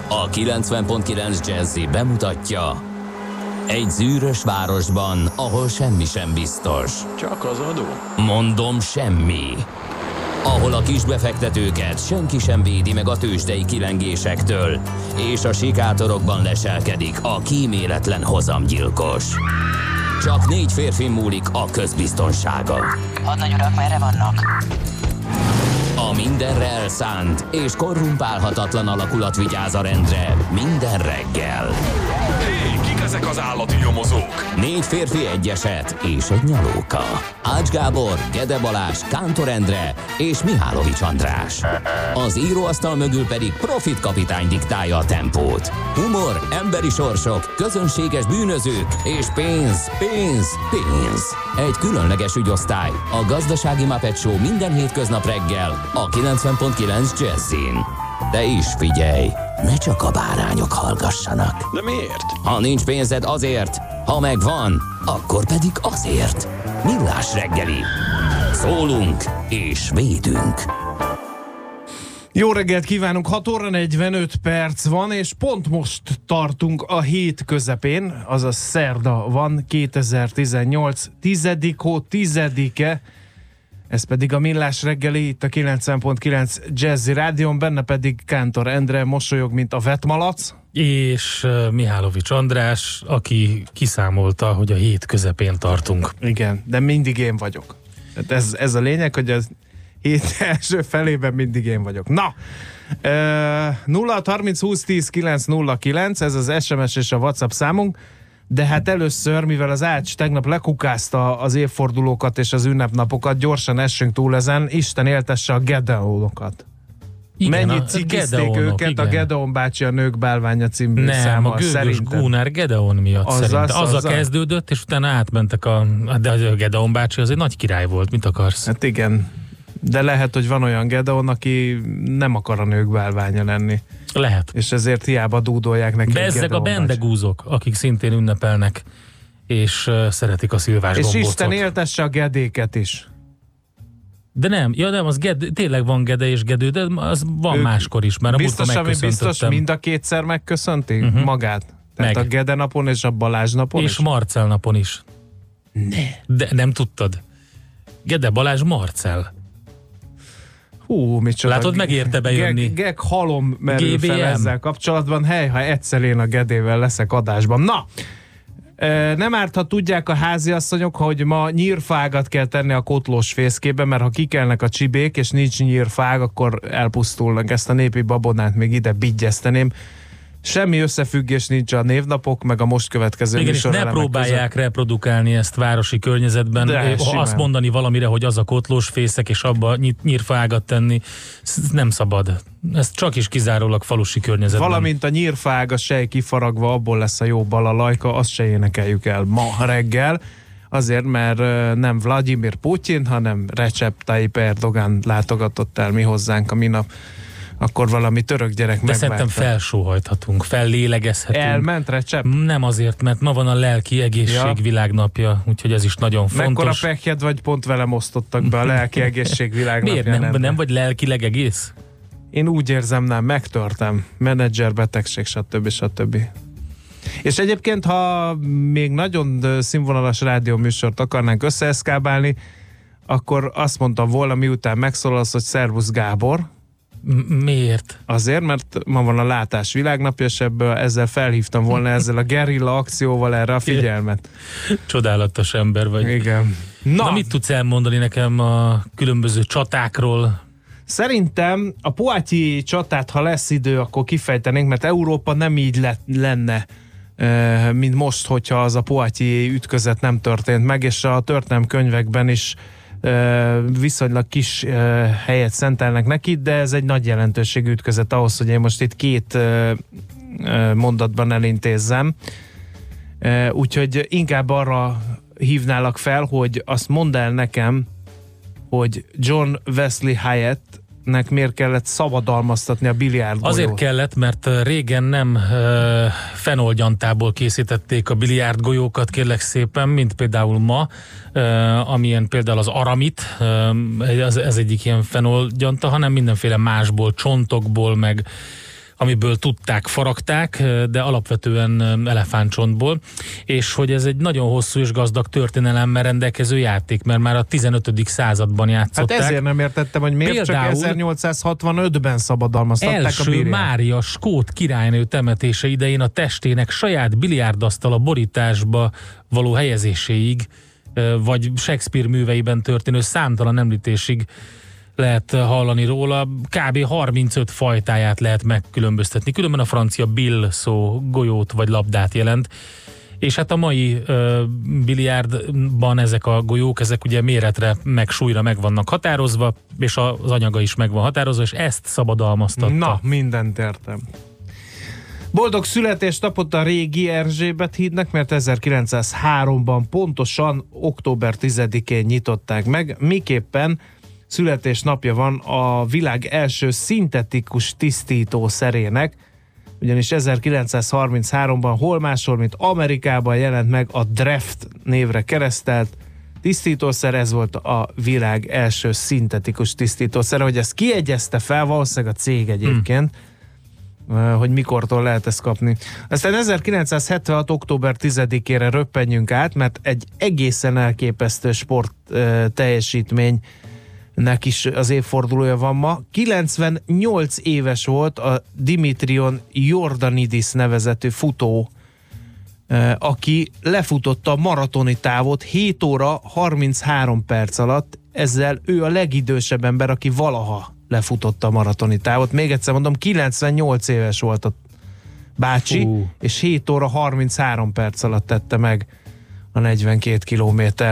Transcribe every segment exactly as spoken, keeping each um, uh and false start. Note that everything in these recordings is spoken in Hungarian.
A kilencven pont kilenc Jazzy bemutatja: egy zűrös városban, ahol semmi sem biztos. Csak az adó? Mondom, semmi. Ahol a kisbefektetőket senki sem védi meg a tőzsdei kilengésektől, és a sikátorokban leselkedik a kíméletlen hozamgyilkos. Csak négy férfi múlik a közbiztonsága. Hadnagy urak, merre vannak? A mindenre elszánt és korrumpálhatatlan alakulat vigyáz a rendre minden reggel. Hé, kik ezek az állati nyomozók? Négy férfi, egy eset és egy nyalóka. Ács Gábor, Gede Balázs, Kántor Endre és Mihálovics András. Az íróasztal mögül pedig Profit kapitány diktálja a tempót. Humor, emberi sorsok, közönséges bűnözők és pénz, pénz, pénz. Egy különleges ügyosztály, a Gazdasági Muppet Show minden hétköznap reggel a kilencven pont kilenc Jazzyn. De is figyelj, ne csak a bárányok hallgassanak. De miért? Ha nincs pénzed, azért, ha megvan, akkor pedig azért. Millás reggeli. Szólunk és védünk. Jó reggelt kívánunk, hat óra negyvenöt perc van, és pont most tartunk a hét közepén, azaz szerda van, kétezer-tizennyolc, tizedik hó tizedike, ez pedig a Millás reggeli, itt a kilencven pont kilenc Jazzy Rádion, benne pedig Kántor Endre mosolyog, mint a vetmalac. És uh, Mihálovics András, aki kiszámolta, hogy a hét közepén tartunk. Igen, de mindig én vagyok. Tehát ez, ez a lényeg, hogy az hét első felében mindig én vagyok. Na, nulla harminc húsz tíz kilenc nulla kilenc, ez az es em es és a WhatsApp számunk, de hát először, mivel az Ács tegnap lekukázta az évfordulókat és az ünnepnapokat, gyorsan essünk túl ezen, Isten éltesse a Gedeonokat. Igen, Mennyit a cikizték Gedeonok, őket, igen. a Gedeon bácsi a Nők bálványa című Nem, számmal, a Gőgös szerintem. Gunnar Gedeon miatt Az szerintem. az, Azzal az az. kezdődött, és utána átmentek a... De a Gedeon bácsi az egy nagy király volt, mit akarsz? Hát igen, de lehet, hogy van olyan Gedeon, aki nem akar a Nők bálványa lenni. Lehet. És ezért hiába dúdolják neki. Bezzeg a bendegúzok, akik szintén ünnepelnek, és uh, szeretik a szilvás És gombócot. Isten éltesse a Gedéket is. De nem, ja nem, az Gede, tényleg van Gede és Gedő, de az van Ők máskor is, mert a múltkor biztos, ami biztos, megköszöntöttem. mind a kétszer megköszönti Uh-huh. magát? Tehát Meg. a Gede napon és a Balázs napon És is? Marcel napon is. Ne. De nem tudtad? Gede Balázs Marcel. Hú, micsoda. Látod, megérte bejönni. Geg, geg halom merül gé bé em. fel ezzel kapcsolatban. Hely, ha egyszer én a Gedével leszek adásban. Na! Nem árt, ha tudják a háziasszonyok, hogy ma nyírfágat kell tenni a kotlós fészkébe, mert ha kikelnek a csibék, és nincs nyírfág, akkor elpusztulnak. Ezt a népi babonát még ide bigyeszteném. Semmi összefüggés nincs a névnapok, meg a most következő Igen, és ne műsorelemek próbálják között. reprodukálni ezt városi környezetben. De, Ha simán. azt mondani valamire, hogy az a kotlós fészek, és abba nyit- nyírfágat tenni, ez nem szabad. Ez csak is kizárólag falusi környezetben. Valamint a nyírfág, a sej kifaragva, abból lesz a jó balalajka, azt se énekeljük el ma reggel. Azért, mert ö, nem Vladimir Putyin, hanem Recep Tayyip Erdogan látogatott el mi hozzánk a minap. Akkor valami török gyerek De szerintem megvárta. felsóhajthatunk, fellélegezhetünk. Elment Recep? Nem azért, mert ma van a lelki egészség Ja. világnapja, úgyhogy ez is nagyon Mekkora fontos. pekjed vagy, pont velem osztottak be a lelki egészség világnapján. Miért nem, nem, nem vagy lelkileg egész? Én úgy érzem, nem, megtörtem. Menedzser, betegség, stb. stb. És egyébként, ha még nagyon színvonalas rádióműsort akarnánk összeeszkábálni, akkor azt mondtam volna, miután megszólalsz, hogy szervusz Gábor. M- miért? Azért, mert ma van a látás világnapja, és ebből ezzel felhívtam volna ezzel a gerilla akcióval erre a figyelmet. Csodálatos ember vagy. Igen. Na, Na mit tudsz elmondani nekem a különböző csatákról? Szerintem a Poitiers csatát, ha lesz idő, akkor kifejtenénk, mert Európa nem így le- lenne, e, mint most, hogyha az a Poitiers ütközet nem történt meg, és a történelmi könyvekben is e, viszonylag kis e, helyet szentelnek neki, de ez egy nagy jelentőségű ütközet ahhoz, hogy én most itt két e, e, mondatban elintézzem. E, úgyhogy inkább arra hívnálak fel, hogy azt mondd el nekem, hogy John Wesley Hyattnek miért kellett szabadalmaztatni a biliárdgolyót. Azért kellett, mert régen nem uh, fenolgyantából készítették a biliárdgolyókat, kérlek szépen, mint például ma, uh, amilyen például az aramit, uh, ez, ez egyik ilyen fenolgyanta, hanem mindenféle másból, csontokból, meg amiből tudták, faragták, de alapvetően elefántcsontból, és hogy ez egy nagyon hosszú és gazdag történelemmel rendelkező játék, mert már a tizenötödik században játszották. Hát ezért nem értettem, hogy miért Például csak ezernyolcszázhatvanötben szabadalmaztatták a első bírját. Mária skót királynő temetése idején a testének saját biliárdasztal a borításba való helyezéséig, vagy Shakespeare műveiben történő számtalan említésig lehet hallani róla, kb. harmincöt fajtáját lehet megkülönböztetni. Különben a francia bill szó golyót vagy labdát jelent, és hát a mai uh, biliárdban ezek a golyók, ezek ugye méretre meg súlyra meg vannak határozva, és az anyaga is meg van határozva, és ezt szabadalmaztatta. Na, mindent értem. Boldog születésnapot a régi Erzsébet hídnek, mert ezerkilencszázháromban pontosan október tizedikén nyitották meg, miképpen születésnapja van a világ első szintetikus tisztítószerének, ugyanis ezerkilencszázharmincháromban hol máshol, mint Amerikában jelent meg a Dreft névre keresztelt tisztítószer, ez volt a világ első szintetikus tisztítószer, hogy ezt kiegyezte fel valószínűleg a cég egyébként, hmm. hogy mikortól lehet ezt kapni. Aztán ezerkilencszázhetvenhat október tizedikére röppenjünk át, mert egy egészen elképesztő sport teljesítmény nek is az évfordulója van ma. kilencvennyolc éves volt a Dimitrion Jordanidis nevezetű futó, aki lefutotta a maratoni távot hét óra harminchárom perc alatt, ezzel ő a legidősebb ember, aki valaha lefutotta a maratoni távot. Még egyszer mondom, kilencvennyolc éves volt a bácsi, uh. és hét óra harminchárom perc alatt tette meg a negyvenkét kilométer.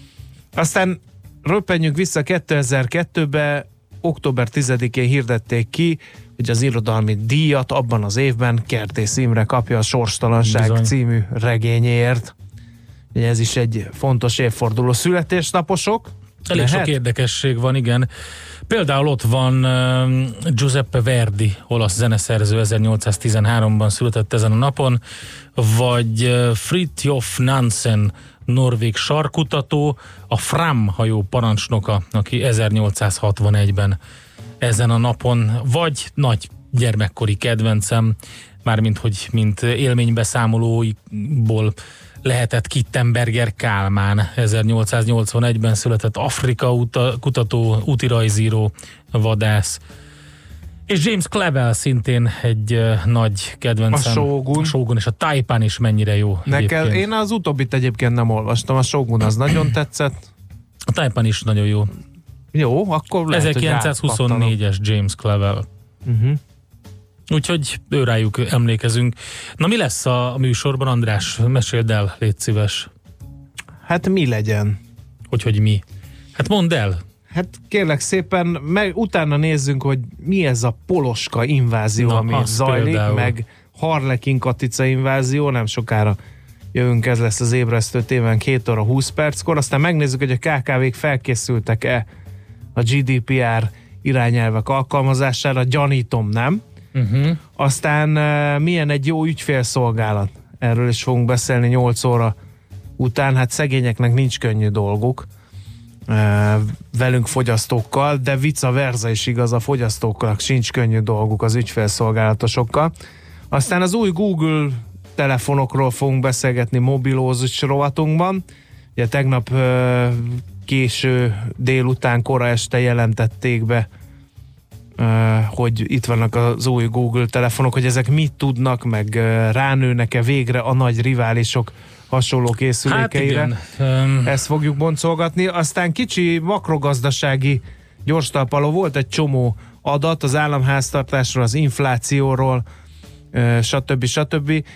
Aztán röppenjünk vissza kétezer-kettőbe, október tizedikén hirdették ki, hogy az irodalmi díjat abban az évben Kertész Imre kapja a Sorstalanság Bizony. című regényéért. Ez is egy fontos évforduló. Születésnaposok? Elég lehet? Sok érdekesség van, igen. Például ott van uh, Giuseppe Verdi, olasz zeneszerző, ezernyolcszáztizenháromban született ezen a napon, vagy uh, Fridtjof Nansen, norvég sarkutató, a Fram hajó parancsnoka, aki ezernyolcszázhatvanegyben ezen a napon, vagy nagy gyermekkori kedvencem, mármint hogy mint élménybeszámolóiból lehetett Kittenberger Kálmán, ezernyolcszáznyolcvanegyben született Afrika uta, kutató, útirajzíró, vadász. És James Clavell szintén egy uh, nagy kedvencem. A Shogun. A Shogun, és a Taipan is mennyire jó. Neked, én az utóbbit egyébként nem olvastam, a Shogun az nagyon tetszett. A Taipan is nagyon jó. Jó, akkor lehet, ezerkilencszázhuszonnégyes James Clavell. Uh-huh. Úgyhogy őrájuk emlékezünk. Na mi lesz a műsorban, András? Meséld el, légy szíves. Hát mi legyen? Hogy, hogy mi? Hát mondd el. Hát kérlek szépen, meg utána nézzünk, hogy mi ez a poloska invázió, Na, ami zajlik, például. meg Harlekin Katica invázió, nem sokára jövünk, ez lesz az ébresztő tévén két óra húsz perckor, aztán megnézzük, hogy a ká ká vék felkészültek-e a gé dé pé er irányelvek alkalmazására, gyanítom nem. Uh-huh. Aztán uh, milyen egy jó ügyfélszolgálat, erről is fogunk beszélni nyolc óra után, hát szegényeknek nincs könnyű dolguk uh, velünk fogyasztókkal, de vice versa is igaz, a fogyasztóknak sincs könnyű dolguk az ügyfélszolgálatosokkal. Aztán az új Google telefonokról fogunk beszélgetni mobilózus rovatunkban. Ugye tegnap uh, késő délután, kora este jelentették be, uh, hogy itt vannak az új Google telefonok, hogy ezek mit tudnak, meg uh, ránőnek-e végre a nagy riválisok hasonló készülékeire. Hát igen. Um... Ezt fogjuk boncolgatni. Aztán kicsi makrogazdasági gyorstalpaló, volt egy csomó adat az államháztartásról, az inflációról, uh, stb. stb.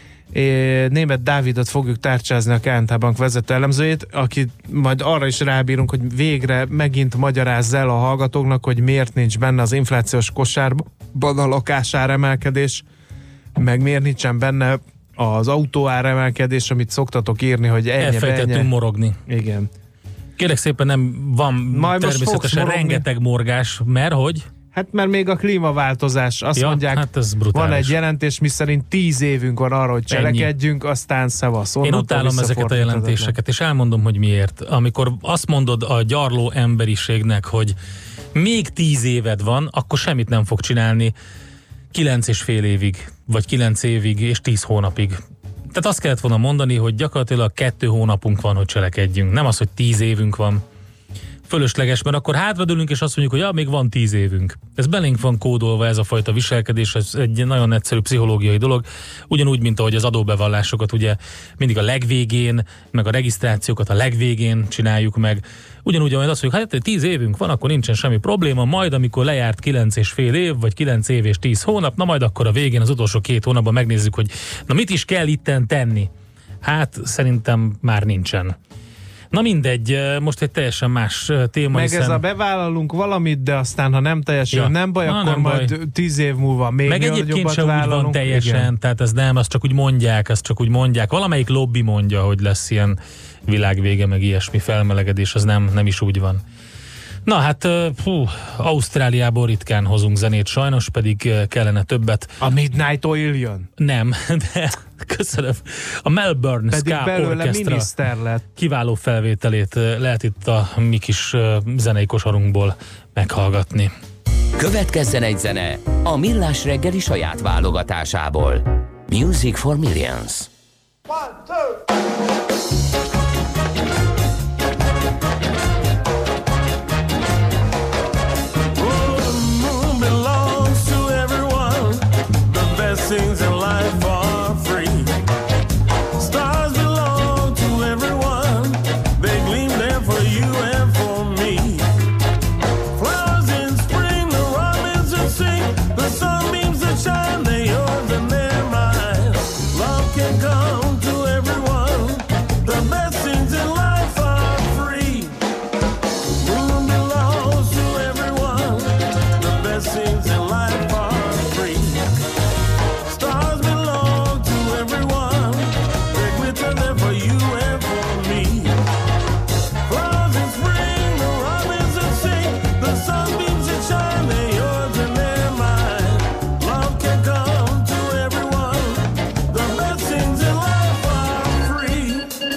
Németh Dávidot fogjuk tárcsázni, a ká en té Bank vezető elemzőjét, aki majd arra is rábírunk, hogy végre megint magyarázz el a hallgatóknak, hogy miért nincs benne az inflációs kosárban a lakásár emelkedés, meg miért nincsen benne az autóár emelkedés, amit szoktatok írni, hogy ennyi, elfejtettünk ennyi. morogni. Igen. Kérlek szépen, nem van majd természetesen rengeteg morgás, mert hogy? Hát mert még a klímaváltozás, azt ja, mondják, hát ez van egy jelentés, miszerint tíz évünk van arra, hogy cselekedjünk, Ennyi. Aztán szevasz. Én utálom ezeket a jelentéseket, és elmondom, hogy miért. Amikor azt mondod a gyarló emberiségnek, hogy még tíz éved van, akkor semmit nem fog csinálni. kilenc és fél évig, vagy kilenc évig és tíz hónapig. Tehát azt kellett volna mondani, hogy gyakorlatilag kettő hónapunk van, hogy cselekedjünk. Nem az, hogy tíz évünk van. Fölösleges, mert akkor hátradőlünk, és azt mondjuk, hogy ja, még van tíz évünk. Ez belénk van kódolva, ez a fajta viselkedés, ez egy nagyon egyszerű pszichológiai dolog. Ugyanúgy, mint ahogy az adóbevallásokat ugye mindig a legvégén, meg a regisztrációkat a legvégén csináljuk meg. Ugyanúgy, ahogy azt mondjuk, hát tíz évünk van, akkor nincsen semmi probléma, majd amikor lejárt kilenc és fél év, vagy kilenc év és tíz hónap, na majd akkor a végén, az utolsó két hónapban megnézzük, hogy na mit is kell itten tenni. Hát szerintem már nincsen. Na mindegy, most egy teljesen más téma. Meg hiszen... ez a bevállalunk valamit, de aztán ha nem teljesen ja. nem baj, Na, akkor nem majd baj. tíz év múlva még meg egyébként sem úgy van teljesen, igen. Tehát ez nem, azt csak úgy mondják, azt csak úgy mondják. Valamelyik lobby mondja, hogy lesz ilyen világvége, meg ilyesmi felmelegedés, az nem, nem is úgy van. Na hát, hú, Ausztráliából ritkán hozunk zenét, sajnos pedig kellene többet. A Midnight Oil jön? Nem, de köszönöm. A Melbourne pedig Ska Orchestra kiváló felvételét lehet itt a mi kis zenei kosarunkból meghallgatni. Következzen egy zene a Millás reggeli saját válogatásából. Music for Millions. One, two. Things in life are free. Stars belong to everyone. They gleam there for you and for me. Flowers in spring, the robins that sing, the sunbeams that shine, they're yours and they're mine. Love can come to everyone. The best things in life are free. Moon belongs to everyone. The best things in life are free. Stars belong to everyone. They glitter there for you and for me. Flowers in spring, the robins that sing, the sunbeams that shine, they're yours and they're mine. Love can come to everyone. The best things in life are free.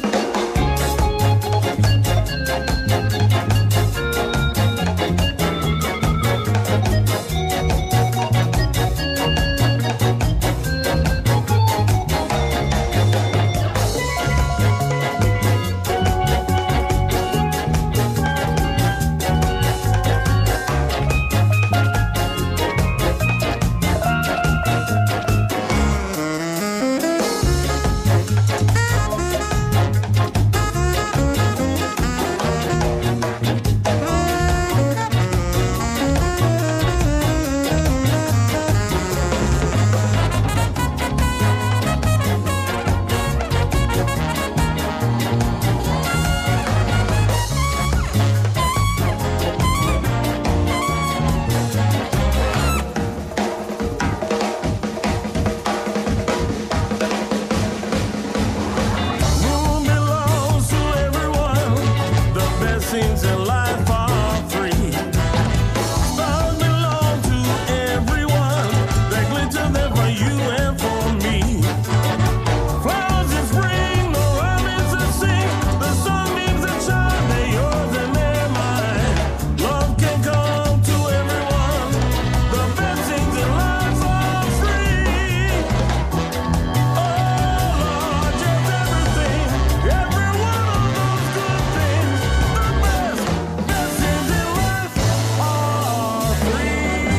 Moon belongs to everyone. The best things in life are free. Stars belong to everyone. They glitter there for you and for me. Flowers in spring, the robins that sing, the sunbeams that shine, they're yours and they're mine. Love can come to everyone. The best things in life are free. Oh Lord, just everything, every one of those good things. The best, best things in life are free.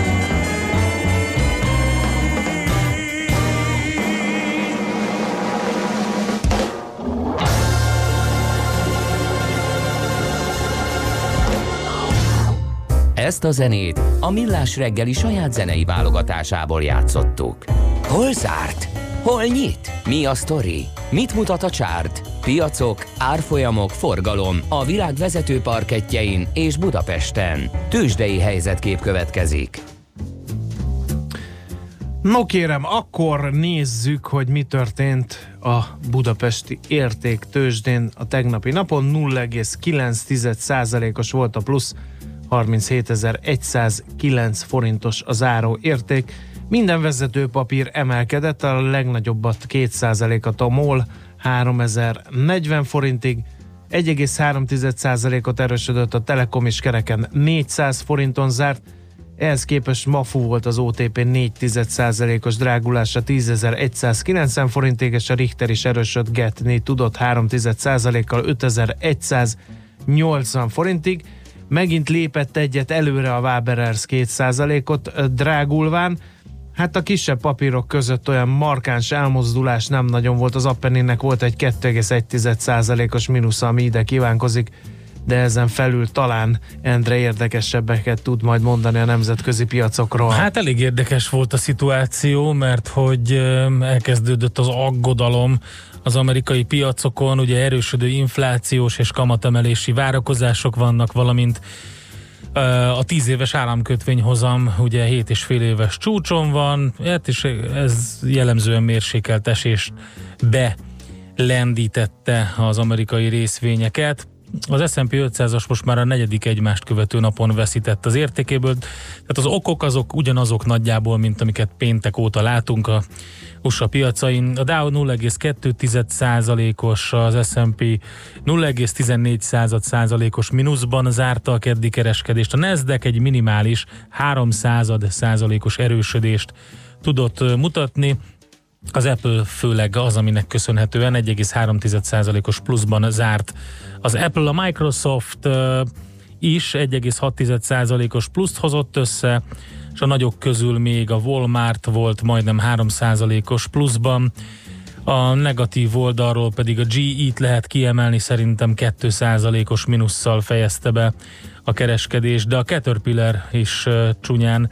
Ezt a zenét a Millás reggeli saját zenei válogatásából játszottuk. Hol zárt? Hol nyit? Mi a sztori? Mit mutat a csárt? Piacok, árfolyamok, forgalom a világ vezető parkettjein és Budapesten. Tőzsdei helyzetkép következik. No kérem, akkor nézzük, hogy mi történt a budapesti értéktőzsdén a tegnapi napon. nulla egész kilenc százalékos volt a plusz, harminchétezer-száz-kilenc forintos a záró érték. Minden vezető papír emelkedett, a legnagyobbat két százalékot a MOL háromezer-negyven forintig, egy egész három százalékot erősödött a Telekom és kereken négyszáz forinton zárt, Ehhez képest ma fú volt az o té pé négy egész egy százalékos drágulása tízezer-egyszázkilencven forintig, és a Richter is erősödgetni tudott három egész egy százalékkal ötezer-egyszáznyolcvan forintig. Megint lépett egyet előre a Waberers két százalékot drágulván. Hát a kisebb papírok között olyan markáns elmozdulás nem nagyon volt, az Appenninnek volt egy kettő egész egy százalékos mínusza, ami ide kívánkozik, de ezen felül talán Endre érdekesebbeket tud majd mondani a nemzetközi piacokról. Hát elég érdekes volt a szituáció, mert hogy elkezdődött az aggodalom az amerikai piacokon, ugye erősödő inflációs és kamatemelési várakozások vannak, valamint a tíz éves államkötvényhozam ugye hét és fél éves csúcson van, hát és ez jellemzően mérsékelt esést belendítette az amerikai részvényeket. Az es and pé ötszázas most már a negyedik egymást követő napon veszített az értékéből, tehát az okok azok ugyanazok nagyjából, mint amiket péntek óta látunk a u es á piacain. A Dow nulla egész kettő százalékos, az es and pé nulla egész tizennégy százalékos mínuszban zárta a keddi kereskedést. A Nasdaq egy minimális három százalékos erősödést tudott mutatni. Az Apple főleg az, aminek köszönhetően egy egész három százalékos pluszban zárt. Az Apple, a Microsoft is egy egész hat százalékos pluszt hozott össze, és a nagyok közül még a Walmart volt majdnem három százalékos pluszban. A negatív oldalról pedig a gé é-t lehet kiemelni, szerintem két százalékos mínusszal fejezte be a kereskedés, de a Caterpillar is csúnyán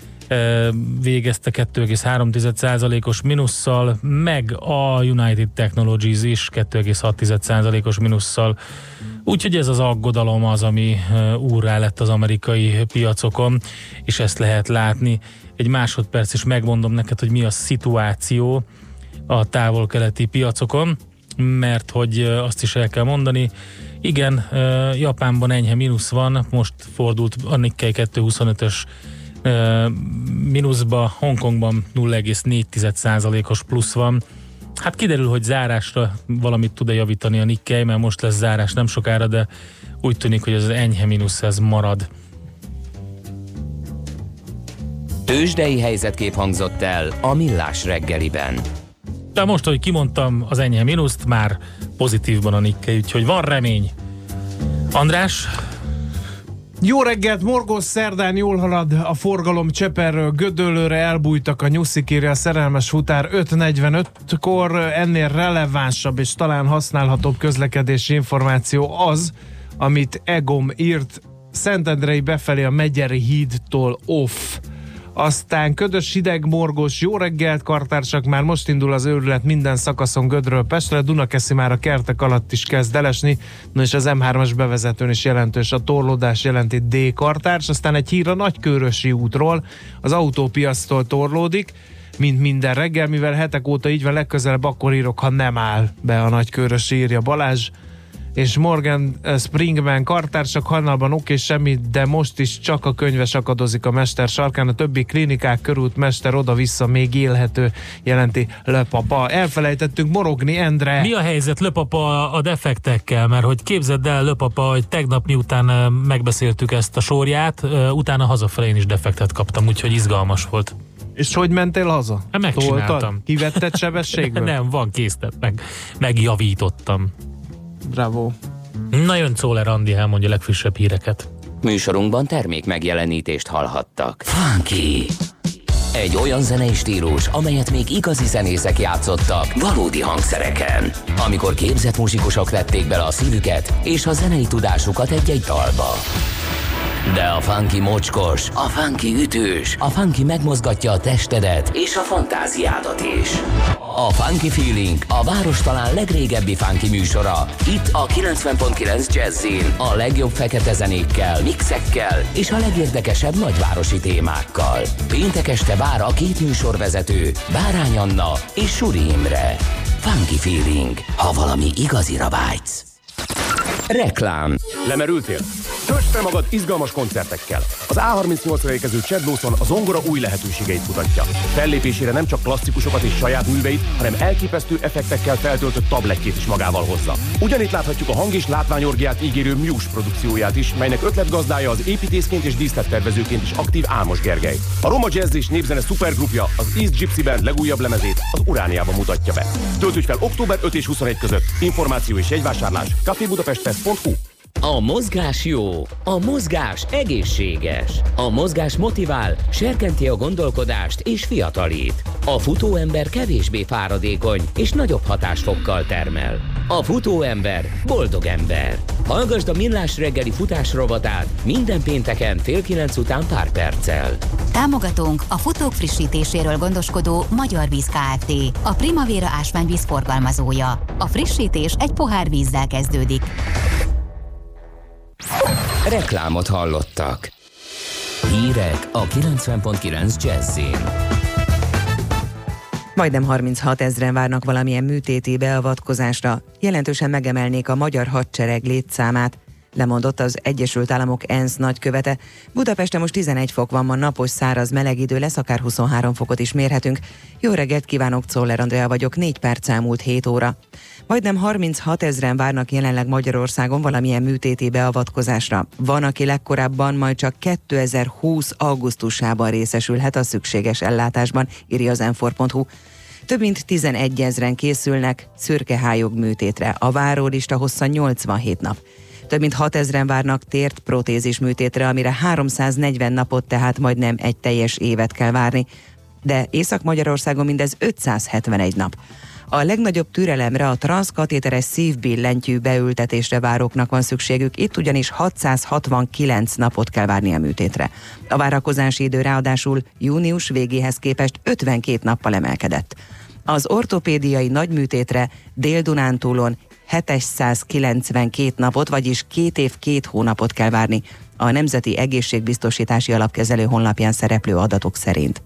végezte kettő egész három százalékos mínusszal, meg a United Technologies is kettő egész hat százalékos mínusszal. Úgyhogy ez az aggodalom az, ami úrrá lett az amerikai piacokon, és ezt lehet látni. Egy másodperc is megmondom neked, hogy mi a szituáció a távol-keleti piacokon, mert hogy azt is el kell mondani, igen, Japánban enyhe mínusz van, most fordult a Nikkei kettőszázhuszonötös mínuszba, Hongkongban nulla egész négy százalékos plusz van. Hát kiderül, hogy zárásra valamit tud-e javítani a Nikkei, mert most lesz zárás nem sokára, de úgy tűnik, hogy ez az enyhe mínusz ez marad. Tőzsdei helyzetkép hangzott el a Millás reggeliben. De most, hogy kimondtam az enyhe mínuszt, már pozitívban a Nikkei, úgyhogy van remény. András? Jó reggelt, morgós szerdán jól halad a forgalom Cseperről Gödöllőre, elbújtak a nyuszik, írja a szerelmes futár öt negyvenötkor. Ennél relevánsabb és talán használhatóbb közlekedési információ az, amit Egom írt, Szentendrei befelé a Megyeri hídtól off. Aztán ködös, hideg, morgós, jó reggelt, kartársak, már most indul az őrület minden szakaszon Gödről Pestre, Dunakeszi már a kertek alatt is kezd elesni, no és az em hármas bevezetőn is jelentős a torlódás, jelenti D kartárs. Aztán egy hír a Nagykőrösi útról, az autópiasztól torlódik, mint minden reggel, mivel hetek óta így van, legközelebb akkor írok, ha nem áll be a Nagykőrösi, írja Balázs. És Morgan Springman kartársak, hajnalban oké, semmi, de most is csak a könyves akadozik a mester sarkán, a többi klinikák körút mester oda-vissza még élhető, jelenti Löpapa. Elfelejtettünk morogni, Endre. Mi a helyzet Löpapa a defektekkel? Mert hogy képzeld el, Löpapa, hogy tegnap miután megbeszéltük ezt a sorját, utána hazafelé én is defektet kaptam, úgyhogy izgalmas volt. És hogy mentél haza? Hát megcsináltam. Toltad? Kivetted sebességből? Nem, van készlet, meg, megjavítottam. Bravo. Na jön Czoller Andi, elmondja a legfrissebb híreket. Műsorunkban termék megjelenítést hallhattak. Funky! Egy olyan zenei stílus, amelyet még igazi zenészek játszottak valódi hangszereken. Amikor képzett muzsikusok vették bele a szívüket és a zenei tudásukat egy-egy dalba. De a funky mocskos, a funky ütős, a funky megmozgatja a testedet és a fantáziádat is. A Funky Feeling a város talán legrégebbi funky műsora. Itt a kilencven pont kilenc Jazzin a legjobb fekete zenékkel, mixekkel és a legérdekesebb nagyvárosi témákkal. Péntek este vár a két műsorvezető, Bárány Anna és Suri Imre. Funky Feeling, ha valami igazira vágysz. Reklám. Lemerültél? Töltsd Te magad izgalmas koncertekkel. Az á harmincnyolcra érkező Chad Lawson a zongora új lehetőségeit mutatja. Fellépésére nem csak klasszikusokat és saját műveit, hanem elképesztő effektekkel feltöltött tablettjét is magával hozza. Ugyanitt láthatjuk a hang- és látványorgiát ígérő Muse produkcióját is, melynek ötletgazdája az építészként és díszlettervezőként is aktív Álmos Gergely. A roma jazz és népzene szupergrupja az East Gypsy Band legújabb lemezét az Urániában mutatja be. Töltődj fel október öt és huszonegy között. Információ és jegyvásárlás cafébudapestfest pont hu. A mozgás jó, a mozgás egészséges. A mozgás motivál, serkenti a gondolkodást és fiatalít. A futóember kevésbé fáradékony és nagyobb hatásfokkal termel. A futóember boldog ember. Hallgasd a Millás reggeli futás rovatát minden pénteken fél kilenc után pár perccel. Támogatónk a futók frissítéséről gondoskodó Magyar Víz Kft. A Primavera ásványvíz forgalmazója. A frissítés egy pohár vízzel kezdődik. Reklámot hallottak. Hírek a kilencven pont kilenc Jazzin. Majdnem harminchat ezren várnak valamilyen műtéti beavatkozásra, jelentősen megemelnék a magyar hadsereg létszámát, lemondott az Egyesült Államok ENSZ nagykövete. Budapesten most tizenegy fok van, ma napos, száraz, meleg idő lesz, akár huszonhárom fokot is mérhetünk. Jó reggelt kívánok, Czoller Andrea vagyok, négy perc elmúlt hét óra. Majdnem harminchat ezren várnak jelenleg Magyarországon valamilyen műtéti beavatkozásra. Van, aki legkorábban majd csak kétezer-húsz augusztusában részesülhet a szükséges ellátásban, írja az enfor pont hu. Több mint tizenegy ezren készülnek szürkehályog műtétre. A várólista hossza nyolcvanhét nap. Több mint hatezren várnak tért protézis műtétre, amire háromszáznegyven napot, tehát majdnem egy teljes évet kell várni. De Észak-Magyarországon mindez ötszázhetvenegy nap. A legnagyobb türelemre a transzkatéteres szívbillentyű beültetésre váróknak van szükségük, itt ugyanis hatszázhatvankilenc napot kell várni a műtétre. A várakozási idő ráadásul június végéhez képest ötvenkét nappal emelkedett. Az ortopédiai nagyműtétre Dél-Dunántúlon hétszázkilencvenkét napot, vagyis két év két hónapot kell várni, a Nemzeti Egészségbiztosítási Alapkezelő honlapján szereplő adatok szerint.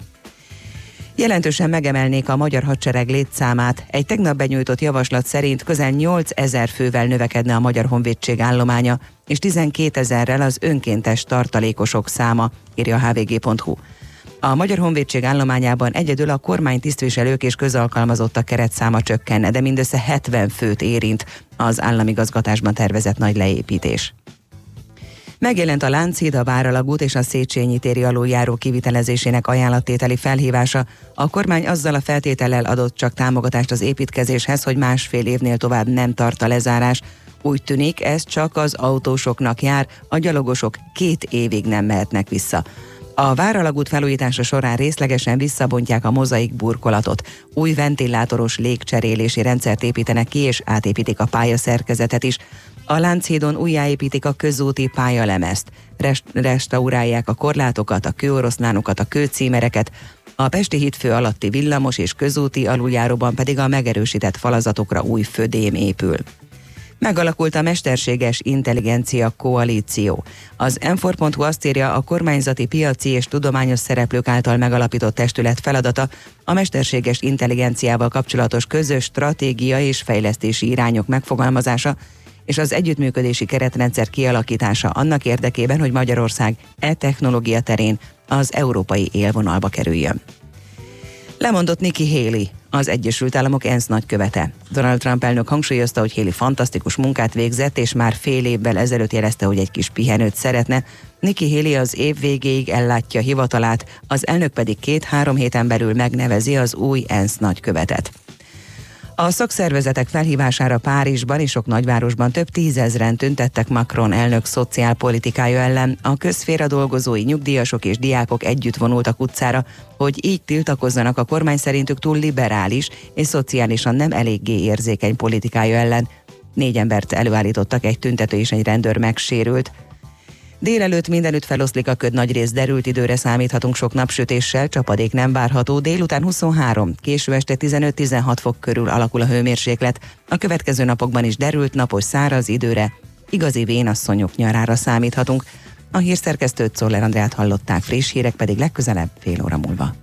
Jelentősen megemelnék a magyar hadsereg létszámát. Egy tegnap benyújtott javaslat szerint közel nyolcezer fővel növekedne a Magyar Honvédség állománya, és tizenkétezerrel az önkéntes tartalékosok száma, írja a há vé gé pont hu. A Magyar Honvédség állományában egyedül a kormánytisztviselők és közalkalmazottak keretszáma csökkenne, de mindössze hetven főt érint az államigazgatásban tervezett nagy leépítés. Megjelent a Lánchíd, a Váralagút és a Széchenyi téri aluljáró kivitelezésének ajánlattételi felhívása. A kormány azzal a feltétellel adott csak támogatást az építkezéshez, hogy másfél évnél tovább nem tart a lezárás. Úgy tűnik, ez csak az autósoknak jár, a gyalogosok két évig nem mehetnek vissza. A Váralagút felújítása során részlegesen visszabontják a mozaik burkolatot. Új ventilátoros légcserélési rendszert építenek ki, és átépítik a pályaszerkezetet is. A Lánchídon újjáépítik a közúti pályalemezt, rest- restaurálják a korlátokat, a kőoroszlánokat, a kőcímereket, a Pesti hídfő alatti villamos és közúti aluljáróban pedig a megerősített falazatokra új födém épül. Megalakult a Mesterséges Intelligencia Koalíció. Az enfor pont hu azt írja, a kormányzati, piaci és tudományos szereplők által megalapított testület feladata a mesterséges intelligenciával kapcsolatos közös stratégia és fejlesztési irányok megfogalmazása, és az együttműködési keretrendszer kialakítása annak érdekében, hogy Magyarország e-technológia terén az európai élvonalba kerüljön. Lemondott Nikki Haley, az Egyesült Államok ENSZ nagykövete. Donald Trump elnök hangsúlyozta, hogy Haley fantasztikus munkát végzett, és már fél évvel ezelőtt jelezte, hogy egy kis pihenőt szeretne. Nikki Haley az év végéig ellátja hivatalát, az elnök pedig két-három héten belül megnevezi az új ENSZ nagykövetet. A szakszervezetek felhívására Párizsban és sok nagyvárosban több tízezren tüntettek Macron elnök szociálpolitikája ellen. A közszféra dolgozói, nyugdíjasok és diákok együtt vonultak utcára, hogy így tiltakozzanak a kormány szerintük túl liberális és szociálisan nem eléggé érzékeny politikája ellen. Négy embert előállítottak, egy tüntető és egy rendőr megsérült. Délelőtt mindenütt feloszlik a köd, nagyrészt derült időre számíthatunk sok napsütéssel, csapadék nem várható, délután huszonhárom, késő este tizenöt-tizenhat fok körül alakul a hőmérséklet. A következő napokban is derült, napos, száraz időre, igazi vénasszonyok nyarára számíthatunk. A hírszerkesztőt, Czoller Andreát hallották, friss hírek pedig legközelebb fél óra múlva.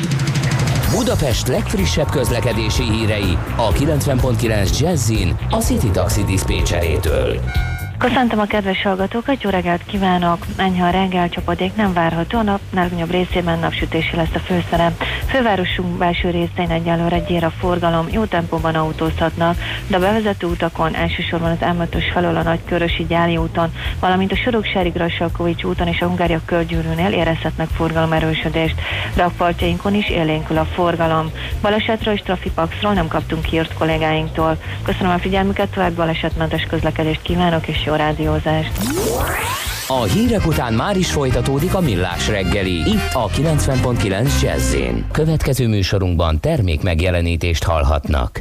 Budapest legfrissebb közlekedési hírei a kilencven pont kilenc Jazzin a City Taxi diszpécserétől. Köszöntöm a kedves hallgatókat, jó reggelt kívánok! Enyhe a reggel, csapadék nem várható, a nap legnagyobb részében napsütési lesz a főszerep. Fővárosunk belső részén egyelőre gyér a forgalom, jó tempóban autózhatnak, de a bevezető utakon, elsősorban az M ötös felől a Nagykörösi Gyáli úton, valamint a Soroksári-Grassalkovics úton és a Hungária körgyűrűnél érezhetnek forgalomerősödést. Rakpartjainkon is élénkül a forgalom. Balesetről és trafipaxról nem kaptunk hírt kollégáinktól. Köszönöm a figyelmüket, további balesetmentes közlekedést kívánok és jó rádiózást! A hírek után már is folytatódik a Millás reggeli, itt a kilencven pont kilenc Jazz-én. Következő műsorunkban termék megjelenítést hallhatnak.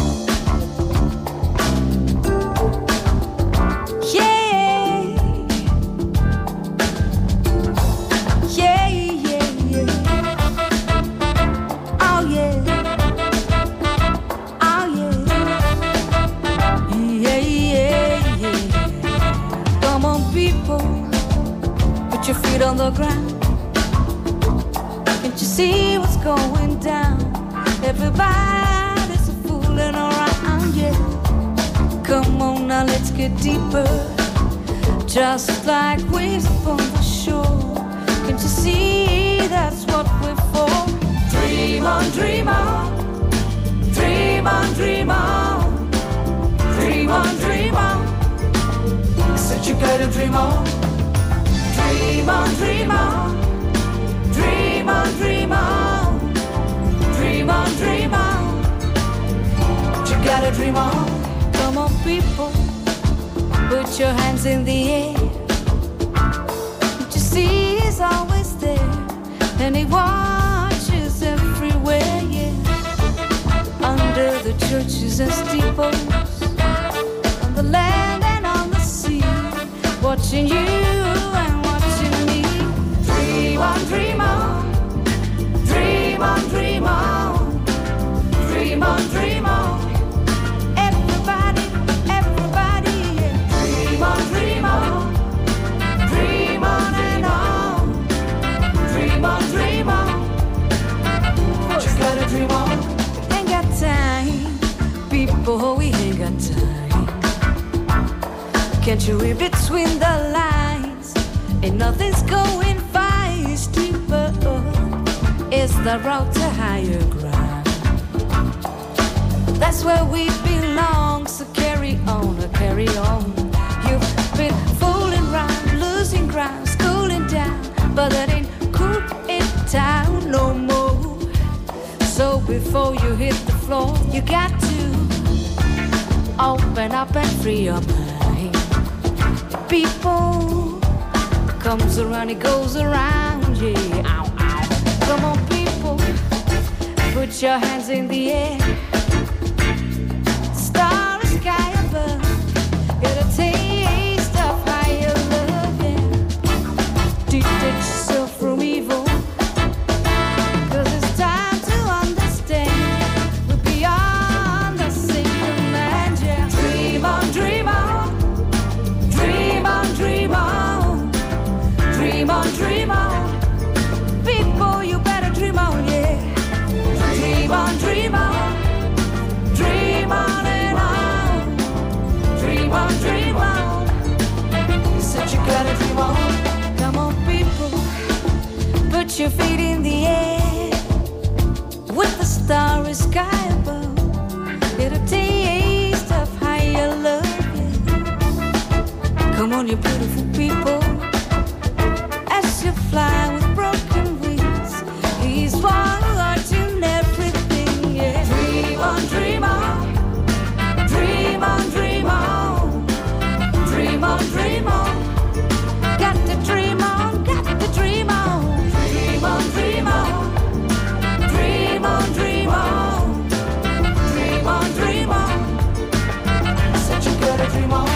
On the ground, can't you see what's going down? Everybody's a fooling around, yeah. Come on now, let's get deeper, just like waves upon the shore. Can't you see that's what we're for? Dream on, dream on, dream on, dream on, dream on, dream on. Said you gotta dream on. Dream on, dream on, dream on, dream on, dream on, dream on. But you gotta dream on. Come on, people, put your hands in the air. What you see is always there, and he watches everywhere, yeah. Under the churches and steeples, on the land and on the sea, watching you and Dream on, dream on, dream on, dream on, dream on, dream on. Everybody, everybody, yeah. Dream on, dream on, dream on and on, dream on, dream on. Just gotta dream on. Ain't got time, people, we ain't got time. Can't you read between the lines? Ain't nothing's going deeper, is the road to higher ground. That's where we belong, so carry on, or carry on. You've been fooling around, losing ground, schooling down, but that ain't cool it down no more. So before you hit the floor, you got to open up and free your mind. People comes around, it goes around, yeah. Ow, ow. Come on, people, put your hands in the air. Starry sky above, get a taste of higher love, yeah. Detach yourself from evil, cause it's time to understand we're beyond the single man, yeah. Dream on, dream on, dream on, dream on. Dream on, dream on, people, you better dream on, yeah. Dream on, dream on, dream on and on. Dream on, dream on, you said you gotta dream on. Come on, people, put your feet in the air. With the starry sky above, get a taste of higher love, yeah. Come on, you beautiful people, you fly with broken wings. He's watching everything, yeah. Dream on, dream on, dream on, dream on, dream on, dream on. Got to dream on, got to dream on. Dream on, dream on, dream on, dream on, dream on, dream on. Said you gotta dream on.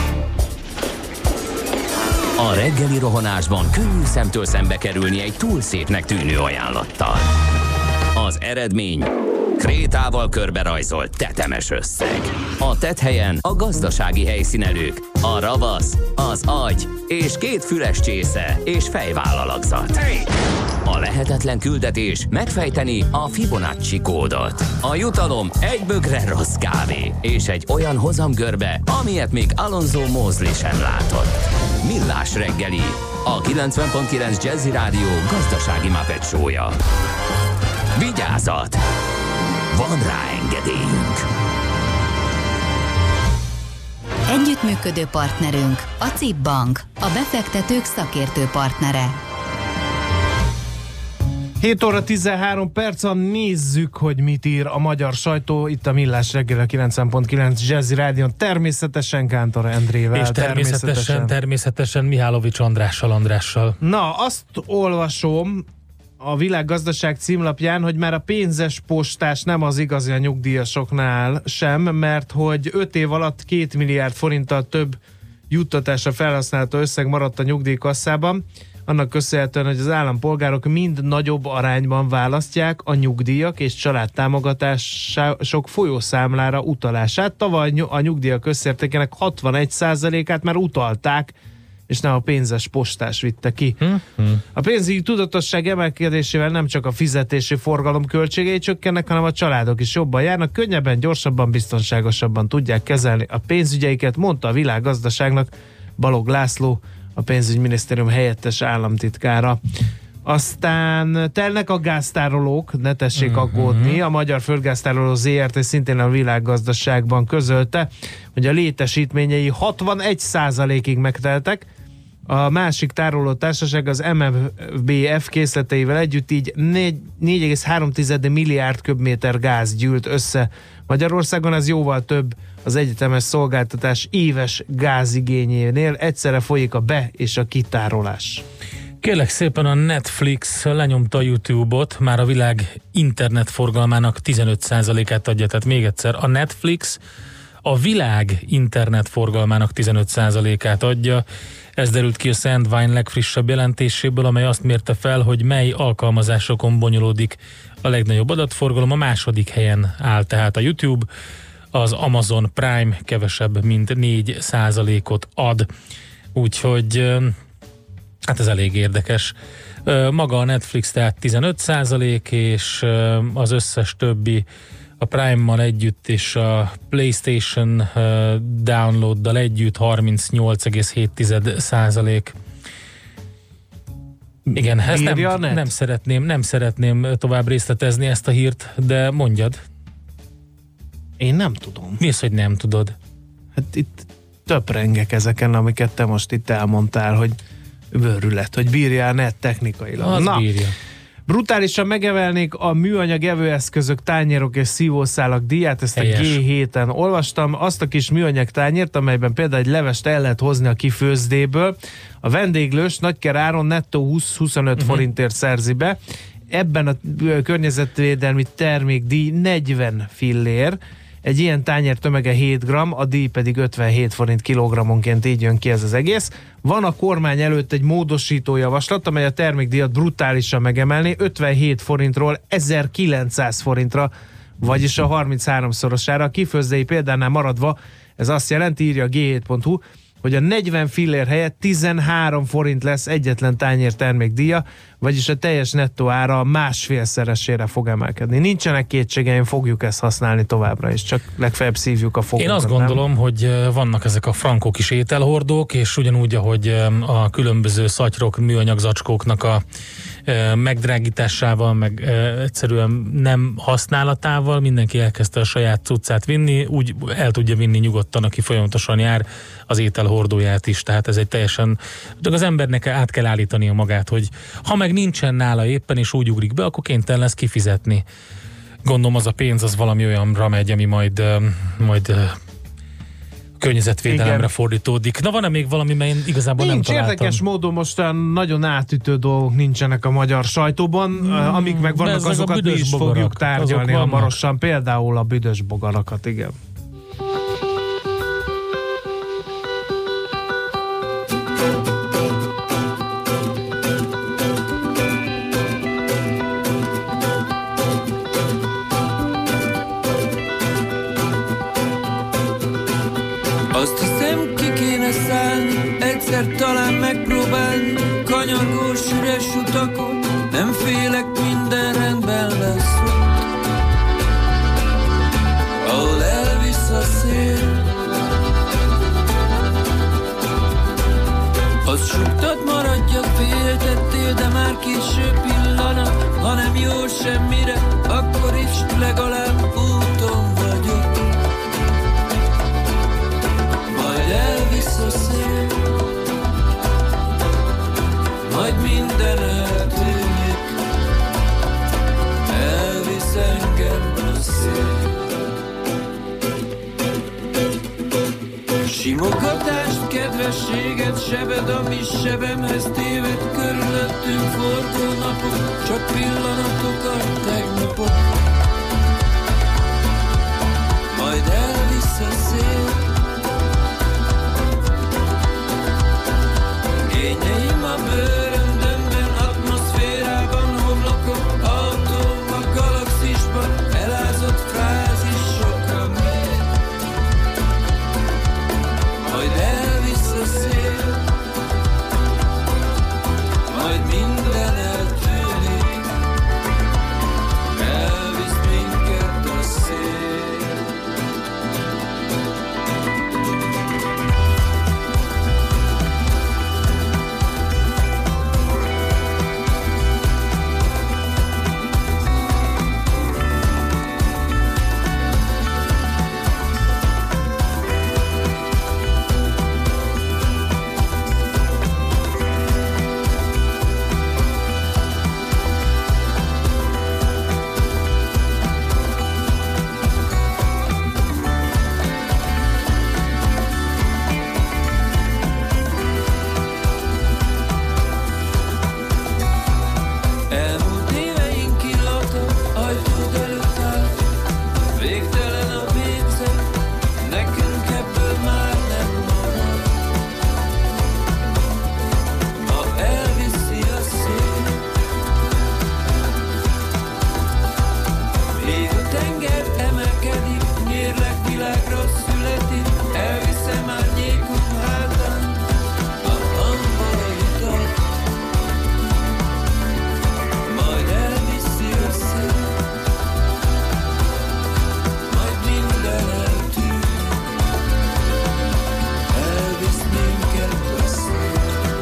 A reggeli rohanásban könnyű szemtől szembe kerülni egy túl szépnek tűnő ajánlattal. Az eredmény krétával körberajzolt tetemes összeg. A tetthelyen a gazdasági helyszínelők, a ravasz, az agy és két füles csésze és fejvállalakzat. A lehetetlen küldetés megfejteni a Fibonacci kódot. A jutalom egy bögre rossz kávé és egy olyan hozamgörbe, amilyet még Alonso Mosley sem látott. Millás reggeli, a kilencven pont kilenc Jazzy Rádió gazdasági Muppet show-ja. Vigyázat! Van rá engedélyünk! Együttműködő partnerünk a cé i pé Bank, a befektetők szakértő partnere. hét óra tizenhárom perc, nézzük, hogy mit ír a magyar sajtó. Itt a Millás reggel a kilencven pont kilenc Jazzy Rádion, természetesen Kántor Endrével. És természetesen, természetesen, természetesen Mihálovics Andrással, Andrással. Na, azt olvasom a Világgazdaság címlapján, hogy már a pénzes postás nem az igazi a nyugdíjasoknál sem, mert hogy öt év alatt két milliárd forinttal több juttatásra felhasználható összeg maradt a nyugdíjkasszában, annak köszönhetően, hogy az állampolgárok mind nagyobb arányban választják a nyugdíjak és családtámogatások folyószámlára utalását. Tavaly a nyugdíjak összértékének hatvanegy százalékát már utalták, és nem a pénzes postás vitte ki. Hmm. A pénzügyi tudatosság emelkedésével nem csak a fizetési forgalom költségei csökkennek, hanem a családok is jobban járnak, könnyebben, gyorsabban, biztonságosabban tudják kezelni a pénzügyeiket, mondta a Világgazdaságnak Balogh László, a pénzügyminisztérium helyettes államtitkára. Aztán telnek a gáztárolók, ne tessék uh-huh. aggódni. A Magyar Földgáztároló zé er té szintén a Világgazdaságban közölte, hogy a létesítményei hatvanegy százalékig megteltek. A másik tároló társaság az em ef bé ef készleteivel együtt így négy egész három milliárd köbméter gáz gyűlt össze Magyarországon. Ez jóval több az egyetemes szolgáltatás éves gázigényénél. Egyszerre folyik a be- és a kitárolás. Kérlek szépen, a Netflix lenyomta a YouTube-ot, már a világ internetforgalmának tizenöt százalékát adja. Tehát még egyszer, a Netflix a világ internetforgalmának tizenöt százalékát adja. Ez derült ki a Sandvine legfrissebb jelentéséből, amely azt mérte fel, hogy mely alkalmazásokon bonyolódik a legnagyobb adatforgalom. A második helyen áll tehát a YouTube, az Amazon Prime kevesebb, mint négy százalékot ad. Úgyhogy hát ez elég érdekes. Maga a Netflix tehát tizenöt százalék, és az összes többi a Prime-mal együtt és a PlayStation downloaddal együtt harmincnyolc egész hét százalék. Igen, ezt nem, nem, szeretném, nem szeretném tovább részletezni ezt a hírt, de mondjad. Én nem tudom. Mi az, hogy nem tudod? Hát itt töprengek ezeken, amiket te most itt elmondtál, hogy őrület, hogy bírja a net technikailag. Az Na, bírja. Brutálisan megemelnék a műanyag evőeszközök, tányérok és szívószálak díját, ezt Helyes. A gé héten olvastam. Azt a kis műanyag tányért, amelyben például egy levest el lehet hozni a kifőzdéből, a vendéglős nagyker áron nettó húsz-huszonöt uh-huh. forintért szerzi be. Ebben a környezetvédelmi termékdíj negyven fillér. Egy ilyen tányér tömege hét gramm, a díj pedig ötvenhét forint kilogrammonként, így jön ki ez az egész. Van a kormány előtt egy módosító javaslat, amely a termékdíjat brutálisan megemelni, ötvenhét forintról ezerkilencszáz forintra, vagyis a harmincháromszorosára. A kifőzdei példánál maradva ez azt jelenti, írja a gé hét pont hu, hogy a negyven fillér helyett tizenhárom forint lesz egyetlen tányér termékdíja, vagyis a teljes nettó ára másfélszeresére fog emelkedni. Nincsenek kétségeim, fogjuk ezt használni továbbra is, csak legfeljebb szívjuk a fogunkat. Én azt gondolom, nem? hogy vannak ezek a frankó kis ételhordók, és ugyanúgy, ahogy a különböző szatyrok, műanyag zacskóknak a megdrágításával, meg egyszerűen nem használatával mindenki elkezdte a saját cuccát vinni, úgy el tudja vinni nyugodtan, aki folyamatosan jár, az ételhordóját is, tehát ez egy teljesen, de az embernek át kell állítania magát, hogy ha meg nincsen nála éppen, és úgy ugrik be, akkor kénytelen lesz kifizetni. Gondolom az a pénz az valami olyanra megy, ami majd, majd környezetvédelemre Igen. fordítódik. Na van-e még valami, mert én igazából Nincs, nem találtam? Érdekes módon most nagyon átütő dolgok nincsenek a magyar sajtóban, hmm, amik meg vannak, azokat mi is bogarak, fogjuk tárgyalni hamarosan, például a büdös bogarakat, igen. Azt hiszem, ki kéne szállni, egyszer talán megpróbálni, kanyargós üres utakon, nem fél Suktad maradjak, féltettél, de már késő pillanat. Ha nem jó semmire, akkor is legalább úton vagyok. Majd elvisz a szél, majd minden eltűnik. Elvisz engem a szél. Simogatást, kedvességet, sebed, ami sebemhez téved. Körülöttünk forgó napok, csak pillanatok a tegnapok. Majd elvisz a szél. Kényeim a bőröndömben, atmoszférában, homlokok, autóm a galaxisban, elázott frázisokra mér. Majd elvisz a szél, majd minden eltűnik, elvisz minket a szél. Elmúlt éveink illata ajtód előtt áll. Végtelen a vécé, nekünk ebből már nem marad. Ha elviszi a szél, még a tenger emelkedik, mérleg világra születik. Elviszem árnyékom hátán a hamvaidat. Majd elviszi a szél, majd minden eltűnik, elvisz minket a szél.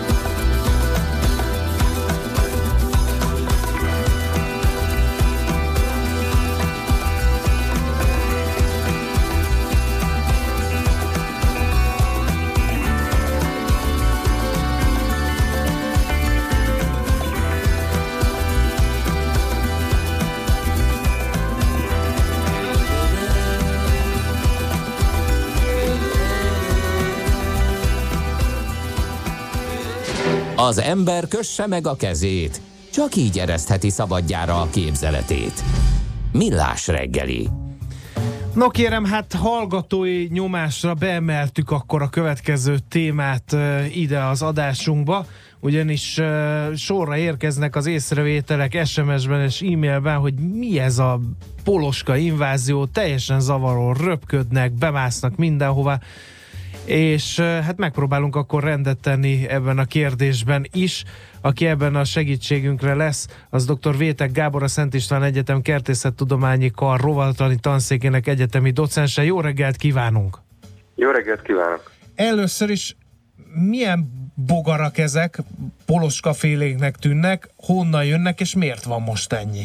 Az ember kösse meg a kezét, csak így eresztheti szabadjára a képzeletét. Millás reggeli. No kérem, hát hallgatói nyomásra beemeltük akkor a következő témát uh, ide az adásunkba, ugyanis uh, sorra érkeznek az észrevételek es em es-ben és e-mailben, hogy mi ez a poloska invázió, teljesen zavaró, röpködnek, bemásznak mindenhova, és uh, hát megpróbálunk akkor rendet tenni ebben a kérdésben is. Aki ebben a segítségünkre lesz, az dr. Vétek Gábor, a Szent István Egyetem Kertészettudományi Kar rovatani tanszékének egyetemi docense. Jó reggelt kívánunk! Jó reggelt kívánok! Először is milyen bogarak ezek, poloskaféléknek tűnnek, honnan jönnek és miért van most ennyi?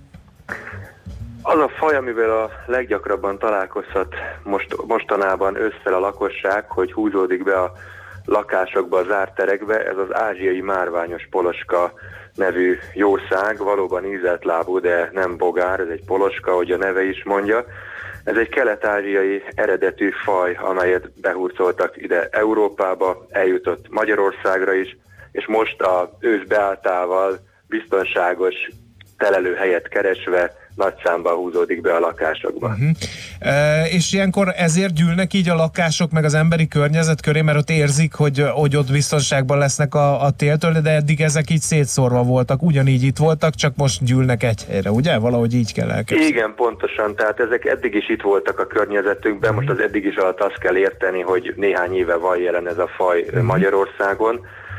Az a faj, amivel a leggyakrabban találkozhat most, mostanában ősszel a lakosság, hogy húzódik be a lakásokba, a zárt terekbe, ez az ázsiai márványos poloska nevű jószág, valóban ízelt lábú, de nem bogár, ez egy poloska, ahogy a neve is mondja. Ez egy kelet-ázsiai eredetű faj, amelyet behurcoltak ide Európába, eljutott Magyarországra is, és most a ősz beálltával biztonságos telelőhelyet keresve nagy számban húzódik be a lakásokba. Uh-huh. E, és ilyenkor ezért gyűlnek így a lakások meg az emberi környezet köré, mert ott érzik, hogy, hogy ott biztonságban lesznek a, a téltől, de eddig ezek így szétszórva voltak, ugyanígy itt voltak, csak most gyűlnek egy helyre, ugye? Valahogy így kell elképzelni. Igen, pontosan, tehát ezek eddig is itt voltak a környezetünkben, uh-huh. most az eddig is alatt azt kell érteni, hogy néhány éve van jelen ez a faj uh-huh. Magyarországon,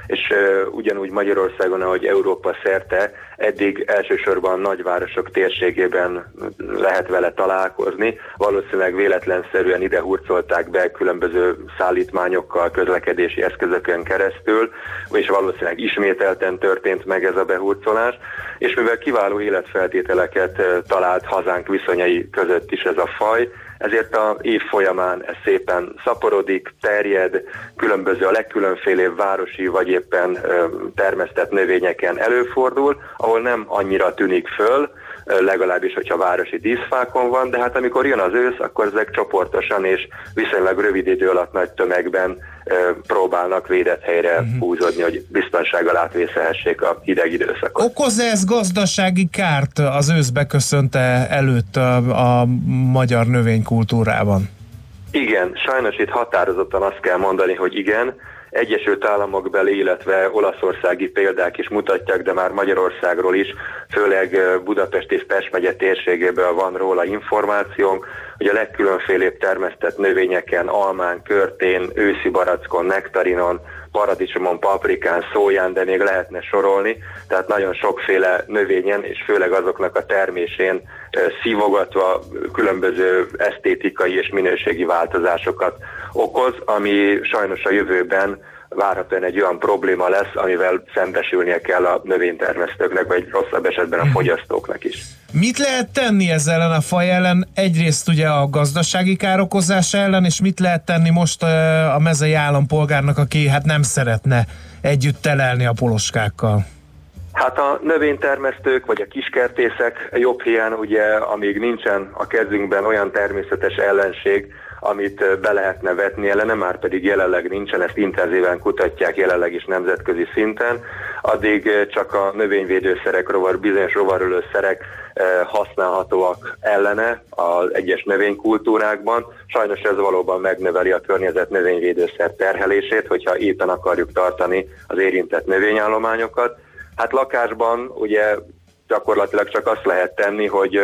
és uh, ugyanúgy Magyarországon, ahogy Európa szerte, eddig elsősorban nagyvárosok térségében lehet vele találkozni. Valószínűleg véletlenszerűen ide hurcolták be különböző szállítmányokkal, közlekedési eszközökön keresztül, és valószínűleg ismételten történt meg ez a behurcolás, és mivel kiváló életfeltételeket uh, talált hazánk viszonyai között is ez a faj, ezért a év folyamán ez szépen szaporodik, terjed, különböző a legkülönfélébb városi vagy éppen ö, termesztett növényeken előfordul, ahol nem annyira tűnik föl, ö, legalábbis, hogyha városi díszfákon van, de hát amikor jön az ősz, akkor ezek csoportosan és viszonylag rövid idő alatt nagy tömegben ö, próbálnak védett helyre uh-huh. húzódni, hogy biztonsággal átvészelhessék a hideg időszakot. Okoz ez gazdasági kárt az ősz beköszönte előtt a, a magyar növénykultúrában? Igen, sajnos itt határozottan azt kell mondani, hogy igen. Egyesült Államokbeli, illetve olaszországi példák is mutatják, de már Magyarországról is, főleg Budapest és Pest megye térségéből van róla információnk, hogy a legkülönfélébb termesztett növényeken, almán, körtén, őszi barackon, nektarinon, paradicsomon, paprikán, szóján, de még lehetne sorolni, tehát nagyon sokféle növényen, és főleg azoknak a termésén szívogatva különböző esztétikai és minőségi változásokat okoz, ami sajnos a jövőben várhatóan egy olyan probléma lesz, amivel szembesülnie kell a növénytermesztőknek, vagy rosszabb esetben a fogyasztóknak is. Mit lehet tenni ezzel ellen a faj ellen? Egyrészt ugye a gazdasági károkozás ellen, és mit lehet tenni most a mezei állampolgárnak, aki hát nem szeretne együtt telelni a poloskákkal? Hát a növénytermesztők vagy a kiskertészek jobb hiány, ugye, amíg nincsen a kezünkben olyan természetes ellenség, amit be lehetne vetni ellene, már pedig jelenleg nincsen, ezt intenzíven kutatják jelenleg is nemzetközi szinten, addig csak a növényvédőszerek, rovar, bizonyos rovarölőszerek használhatóak ellene az egyes növénykultúrákban. Sajnos ez valóban megnöveli a környezet növényvédőszer terhelését, hogyha éppen akarjuk tartani az érintett növényállományokat. Hát lakásban ugye gyakorlatilag csak azt lehet tenni, hogy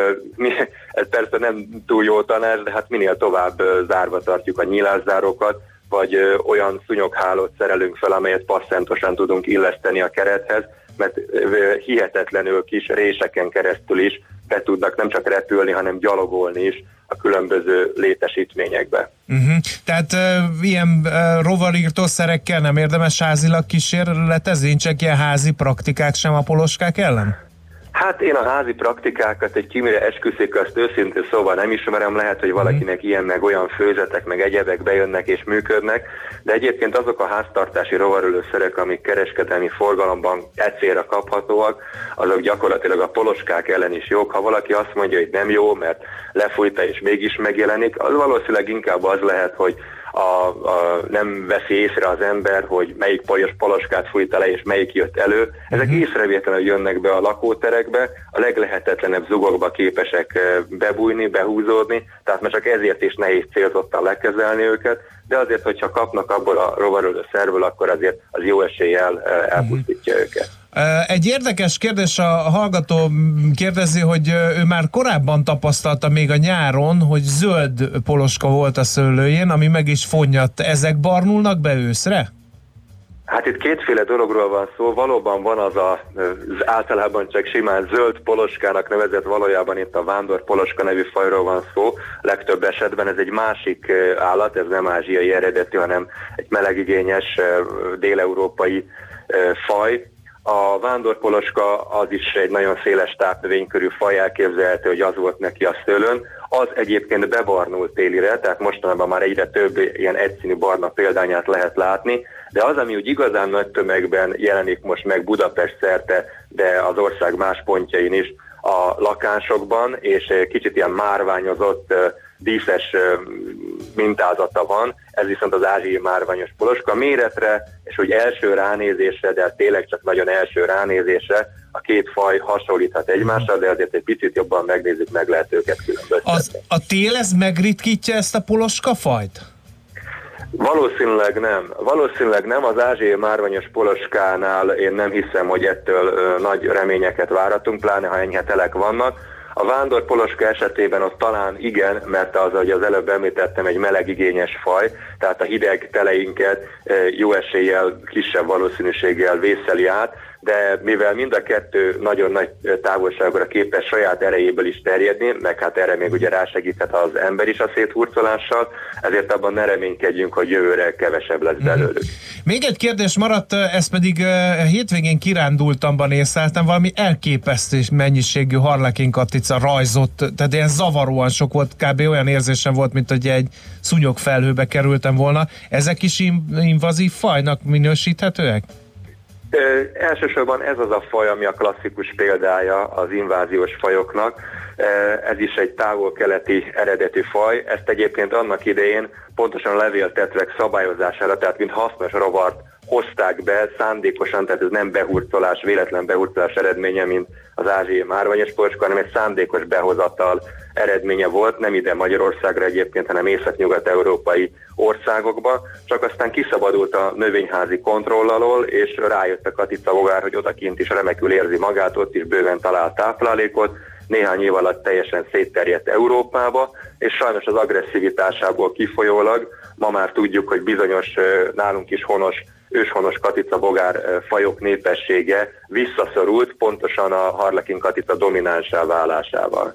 ez persze nem túl jó tanács, de hát minél tovább zárva tartjuk a nyílászárókat, vagy olyan szúnyoghálót szerelünk fel, amelyet passzentosan tudunk illeszteni a kerethez, mert hihetetlenül kis réseken keresztül is be tudnak nem csak repülni, hanem gyalogolni is a különböző létesítményekbe. Uh-huh. Tehát uh, ilyen uh, rovarírtószerekkel nem érdemes házilag kísérletezni, nincsenek ilyen házi praktikák sem a poloskák ellen? Hát én a házi praktikákat egy kimire esküszik, azt őszintén szóval nem ismerem, lehet, hogy valakinek ilyen meg olyan főzetek, meg egyebek bejönnek és működnek, de egyébként azok a háztartási rovarölőszerek, amik kereskedelmi forgalomban egyszerre kaphatóak, azok gyakorlatilag a poloskák ellen is jók. Ha valaki azt mondja, hogy nem jó, mert lefújta és mégis megjelenik, az valószínűleg inkább az lehet, hogy A, a, nem veszi észre az ember, hogy melyik poloskát fújta le, és melyik jött elő. Ezek uh-huh. észrevétlenül jönnek be a lakóterekbe, a leglehetetlenebb zugokba képesek bebújni, behúzódni, tehát már csak ezért is nehéz célzottan lekezelni őket, de azért, hogyha kapnak abból a rovarölő szervből, akkor azért az jó eséllyel elpusztítja uh-huh. őket. Egy érdekes kérdés, a hallgató kérdezi, hogy ő már korábban tapasztalta még a nyáron, hogy zöld poloska volt a szőlőjén, ami meg is fonnyadt. Ezek barnulnak be őszre? Hát itt kétféle dologról van szó, valóban van az a, az általában csak simán zöld poloskának nevezett, valójában itt a vándor poloska nevű fajról van szó, legtöbb esetben ez egy másik állat, ez nem ázsiai eredetű, hanem egy melegigényes déleurópai faj. A vándorpoloska az is egy nagyon széles tápnövénykörű faj, elképzelhető, hogy az volt neki a szőlőn. Az egyébként bebarnult télire, tehát mostanában már egyre több ilyen egyszínű barna példányát lehet látni, de az, ami úgy igazán nagy tömegben jelenik most meg Budapest szerte, de az ország más pontjain is a lakásokban, és kicsit ilyen márványozott, díszes mintázata van, ez viszont az ázsiai márványos poloska méretre, és úgy első ránézésre, de tényleg csak nagyon első ránézésre a két faj hasonlíthat egymásra, de azért egy picit jobban megnézzük, meg lehet őket különböztetni. Az, a tél ez megritkítja ezt a poloska fajt? Valószínűleg nem. Valószínűleg nem. Az ázsiai márványos poloskánál én nem hiszem, hogy ettől ö, nagy reményeket várhatunk, pláne ha enyhe telek vannak. A vándorpoloska esetében ott talán igen, mert az, ahogy az előbb említettem, egy melegigényes faj, tehát a hideg teleinket jó eséllyel, kisebb valószínűséggel vészeli át, de mivel mind a kettő nagyon nagy távolságra képes saját erejéből is terjedni, meg hát erre még ugye rásegíthet az ember is a széthurcolással, ezért abban ne reménykedjünk, hogy jövőre kevesebb lesz belőlük. Mm. Még egy kérdés maradt, ez pedig uh, hétvégén kirándultamban észleltem, valami elképesztő mennyiségű harlekinkatica rajzott, tehát ilyen zavaróan sok volt, kb. Olyan érzésem volt, mint hogy egy szúnyogfelhőbe kerültem volna. Ezek is invazív fajnak minősíthetőek? Ö, elsősorban ez az a faj, ami a klasszikus példája az inváziós fajoknak. Ez is egy távol-keleti eredetű faj. Ezt egyébként annak idején pontosan a levéltetvek szabályozására, tehát mint hasznos rovart hozták be szándékosan, tehát ez nem behurcolás, véletlen behurcolás eredménye, mint az ázsiai márványos poloska, hanem egy szándékos behozatal eredménye volt, nem ide Magyarországra egyébként, hanem észak-nyugat-európai országokba, csak aztán kiszabadult a növényházi kontroll alól, és rájött a katicabogár, hogy odakint is remekül érzi magát, ott is bőven talált táplálékot, néhány év alatt teljesen szétterjedt Európába, és sajnos az agresszivitásából kifolyólag ma már tudjuk, hogy bizonyos nálunk is honos, őshonos katicabogár fajok népessége visszaszorult pontosan a harlekinkatica dominánsá válásával.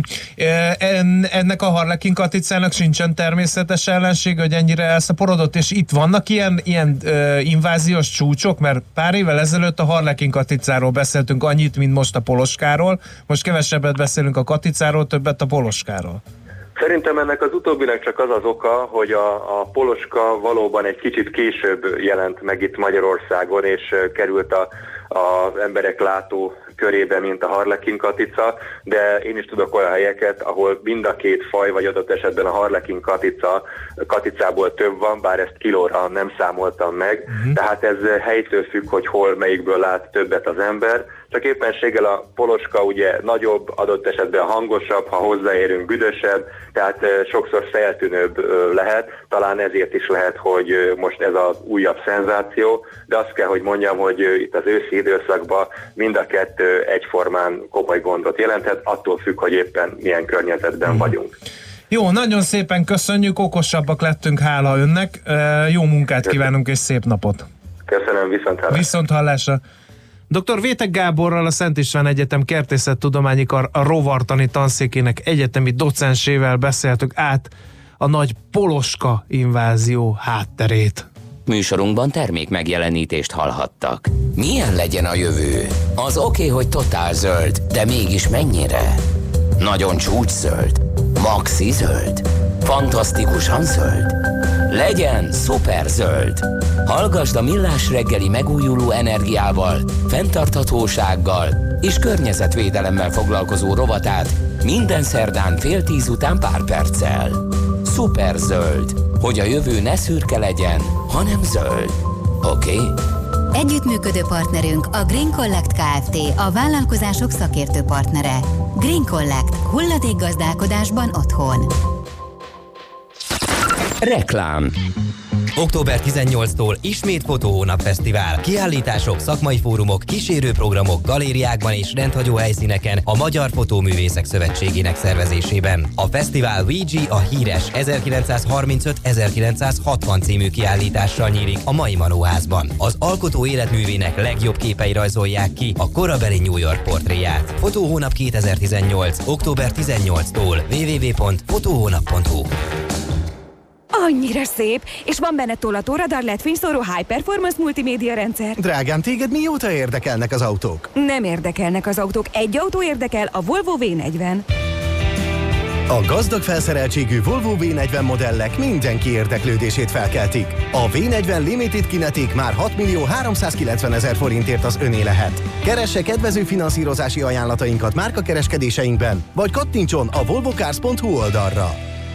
Uh-huh. Ennek a harlekinkaticának sincsen természetes ellenség, hogy ennyire elszaporodott, és itt vannak ilyen, ilyen uh, inváziós csúcsok, mert pár évvel ezelőtt a harlekinkaticáról beszéltünk annyit, mint most a poloskáról, most kevesebbet beszélünk a katicáról, többet a poloskáról. Szerintem ennek az utóbbinak csak az az oka, hogy a, a poloska valóban egy kicsit később jelent meg itt Magyarországon, és került a, az emberek látó körébe, mint a harlekinkatica, de én is tudok olyan helyeket, ahol mind a két faj, vagy adott esetben a harlekinkatica katicából több van, bár ezt kilóra nem számoltam meg, uh-huh. tehát ez helytől függ, hogy hol, melyikből lát többet az ember. Csak éppenséggel a poloska ugye nagyobb, adott esetben hangosabb, ha hozzáérünk büdösebb, tehát sokszor feltűnőbb lehet, talán ezért is lehet, hogy most ez az újabb szenzáció, de azt kell, hogy mondjam, hogy itt az őszi időszakban mind a kettő egyformán komoly gondot jelenthet, attól függ, hogy éppen milyen környezetben vagyunk. Jó, nagyon szépen köszönjük, okosabbak lettünk, hála önnek, jó munkát kívánunk és szép napot! Köszönöm, viszont hallásra! Viszont hallásra! doktor Vétek Gáborral, a Szent István Egyetem Kertészettudományi Kar a rovartani tanszékének egyetemi docensével beszéltük át a nagy poloska invázió hátterét. Műsorunkban termék megjelenítést hallhattak. Milyen legyen a jövő? Az oké, hogy totál zöld, de mégis mennyire? Nagyon csúcszöld? Maxi zöld? Fantasztikusan zöld? Legyen szuper zöld! Hallgasd a Millás reggeli megújuló energiával, fenntarthatósággal és környezetvédelemmel foglalkozó rovatát minden szerdán fél tíz után pár perccel. Szuper zöld, hogy a jövő ne szürke legyen, hanem zöld. Oké? Okay? Együttműködő partnerünk a Green Collect Kft. A vállalkozások szakértő partnere. Green Collect. Hulladékgazdálkodásban otthon. Reklám. október tizennyolcadikától ismét Fotóhónap Fesztivál. Kiállítások, szakmai fórumok, kísérőprogramok, galériákban és rendhagyó helyszíneken a Magyar Fotóművészek Szövetségének szervezésében. A fesztivál vé gé a híres ezerkilencszázharmincöt ezerkilencszázhatvan című kiállítással nyílik a mai Manóházban. Az alkotó életművének legjobb képei rajzolják ki a korabeli New York portréját. Fotóhónap kétezer-tizennyolc. október tizennyolcadikától double-u double-u double-u pont fotóhónap pont hu. Annyira szép, és van benne tolató, radar, led fényszóró, high performance multimédia rendszer. Drágám, téged mióta érdekelnek az autók? Nem érdekelnek az autók, egy autó érdekel, a Volvo vé negyven. A gazdag felszereltségű Volvo vé negyven modellek mindenki érdeklődését felkeltik. A vé negyven Limited Kinetic már hat millió háromszázkilencvenezer forintért az öné lehet. Keresse kedvező finanszírozási ajánlatainkat márkakereskedéseinkben, vagy kattintson a volvocars pont hu oldalra.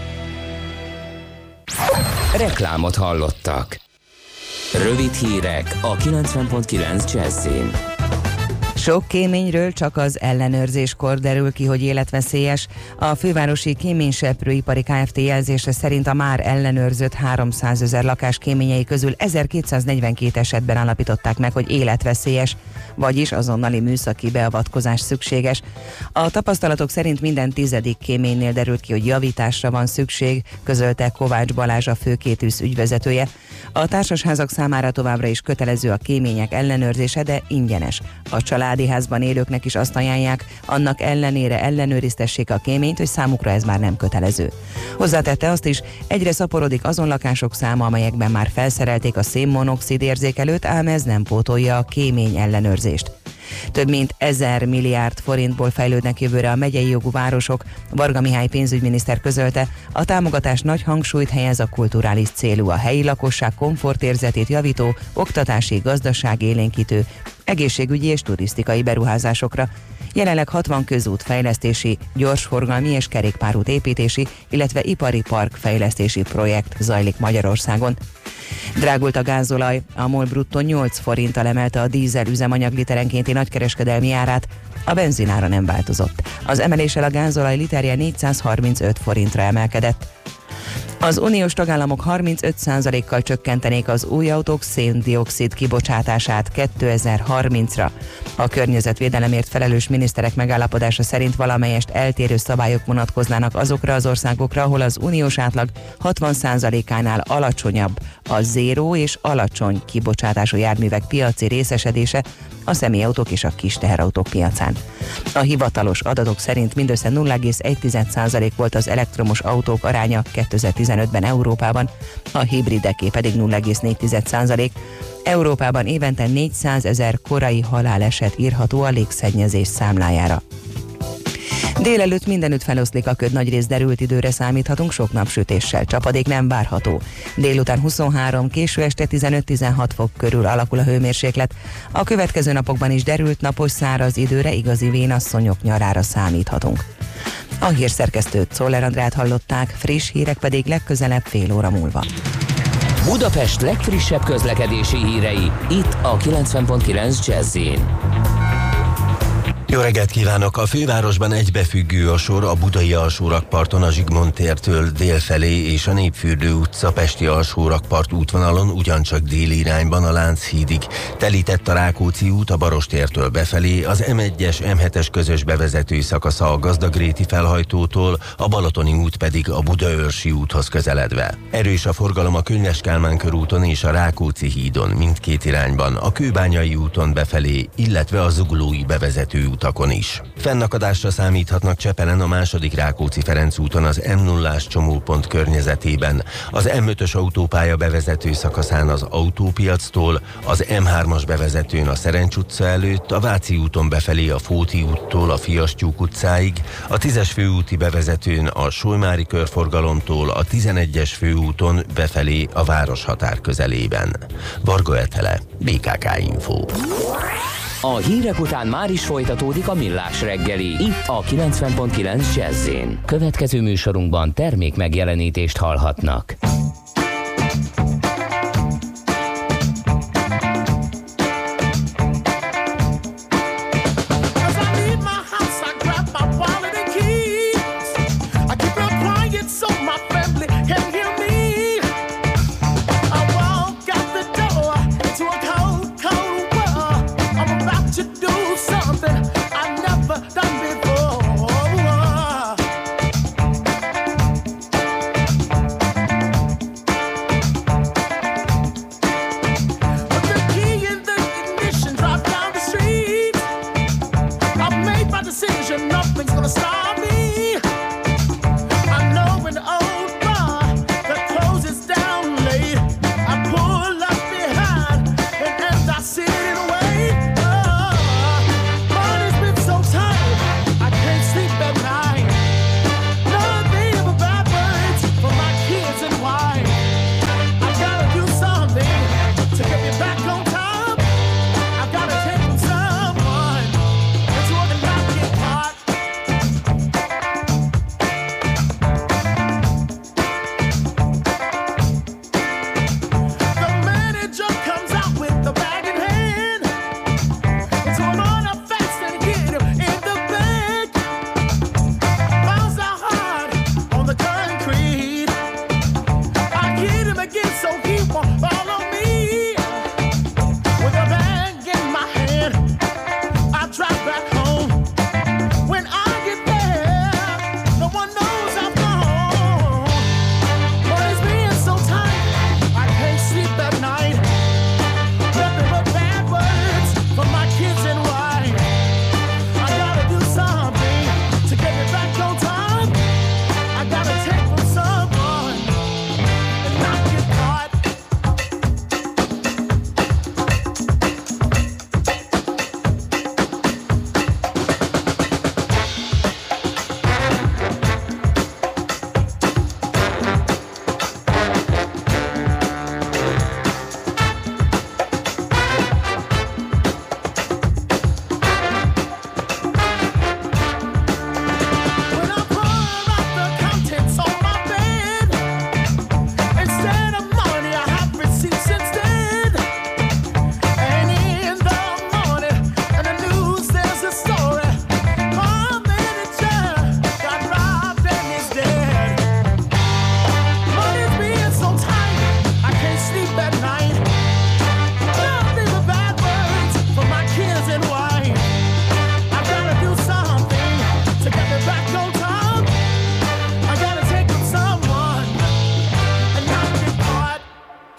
Reklámot hallottak. Rövid hírek a kilencven pont kilenc Jazzin. Sok kéményről csak az ellenőrzéskor derül ki, hogy életveszélyes. A fővárosi kéményseprőipari Kft. Jelzése szerint a már ellenőrzött háromszázezer lakás kéményei közül ezerkétszáznegyvenkét esetben állapították meg, hogy életveszélyes, vagyis azonnali műszaki beavatkozás szükséges. A tapasztalatok szerint minden tizedik kéménynél derült ki, hogy javításra van szükség, közölte Kovács Balázs, a Főkétűz ügyvezetője. A társasházak számára továbbra is kötelező a kémények ellenőrzése, de ingyenes. A családi házban élőknek is azt ajánlják, annak ellenére ellenőriztessék a kéményt, hogy számukra ez már nem kötelező. Hozzátette azt is, egyre szaporodik azon lakások száma, amelyekben már felszerelték a szénmonoxid érzékelőt, ám ez nem pótolja a kémény ellenőrzést. Több mint ezer milliárd forintból fejlődnek jövőre a megyei jogú városok. Varga Mihály pénzügyminiszter közölte, a támogatás nagy hangsúlyt helyez a kulturális célú, a helyi lakosság komfortérzetét javító, oktatási, gazdaságélénkítő, egészségügyi és turisztikai beruházásokra. Jelenleg hatvan közútfejlesztési, gyorsforgalmi és kerékpárút építési, illetve ipari park fejlesztési projekt zajlik Magyarországon. Drágult a gázolaj, a MOL bruttó nyolc forinttal emelte a dízel üzemanyag literenkénti nagykereskedelmi árát, a benzinára nem változott. Az emeléssel a gázolaj literje négyszázharmincöt forintra emelkedett. Az uniós tagállamok harmincöt százalékkal csökkentenék az új autók szén-dioxid kibocsátását kétezer-harmincra. A környezetvédelemért felelős miniszterek megállapodása szerint valamelyest eltérő szabályok vonatkoznának azokra az országokra, ahol az uniós átlag hatvan százalékánál alacsonyabb a zéró és alacsony kibocsátású járművek piaci részesedése a személyautók és a kis teherautók piacán. A hivatalos adatok szerint mindössze nulla egész egy százalék volt az elektromos autók aránya kétezer-tizenötben Európában, a hibrideké pedig nulla egész négy százalék. Európában évente négyszázezer korai haláleset írható a légszennyezés számlájára. Délelőtt mindenütt feloszlik a köd, nagyrészt derült időre számíthatunk, sok napsütéssel, csapadék nem várható. Délután huszonhárom, késő este tizenöt-tizenhat fok körül alakul a hőmérséklet. A következő napokban is derült, napos, száraz időre, igazi vénasszonyok nyarára számíthatunk. A hírszerkesztőt, Czoller Andrát hallották, friss hírek pedig legközelebb fél óra múlva. Budapest legfrissebb közlekedési hírei, itt a kilencven pont kilenc Jazz-in. Jó reggelt kívánok! A fővárosban egybefüggő a sor a budai alsórakparton a Zsigmond tértől délfelé és a Népfürdő utca pesti alsórakpart útvonalon ugyancsak déli irányban a Lánchídig. Telített a Rákóczi út a Barostértől befelé, az em egyes em hetes közös bevezető szakasza a Gazdagréti felhajtótól, a Balatoni út pedig a Budaörsi úthoz közeledve. Erős a forgalom a Könyves Kálmán körúton és a Rákóczi hídon mindkét irányban, a Kőbányai úton befelé, illetve a Zuglói bevezető utakon is. Fennakadásra számíthatnak Csepelen a második Rákóczi-Ferenc úton az em nullás csomópont környezetében, az em ötös autópálya bevezető szakaszán az Autópiactól, az em hármas bevezetőn a Szerencs utca előtt, a Váci úton befelé a Fóti úttól a Fiastyúk utcáig, a tízes főúti bevezetőn a Solymári körforgalomtól a tizenegyes főúton befelé a városhatár közelében. Varga Etele, bé ká ká Info. A hírek után már is folytatódik a Millás reggeli, itt a kilencven pont kilenc Jazz-in. Következő műsorunkban termék megjelenítést hallhatnak.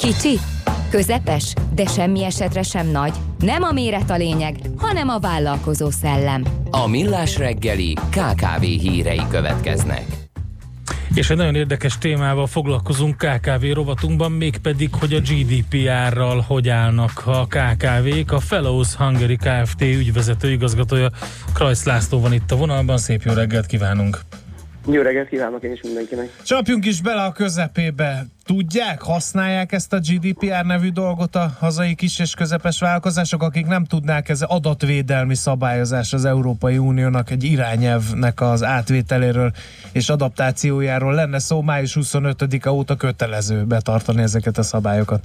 Kicsi? Közepes? De semmi esetre sem nagy. Nem a méret a lényeg, hanem a vállalkozó szellem. A Millás reggeli ká ká vé hírei következnek. És egy nagyon érdekes témával foglalkozunk ká ká vé rovatunkban, mégpedig, hogy a gé dé pé er-ral hogy állnak a ká ká vék. A Fellows Hungary Kft. Ügyvezető igazgatója Krajsz László van itt a vonalban. Szép jó reggelt kívánunk! Jó reggelt kívánok én is mindenkinek! Csapjunk is bele a közepébe. Tudják, használják ezt a gé dé pé er nevű dolgot a hazai kis és közepes vállalkozások, akik nem tudnák, ez adatvédelmi szabályozás az Európai Uniónak egy irányelvnek az átvételéről és adaptációjáról lenne szó, május huszonötödike óta kötelező betartani ezeket a szabályokat.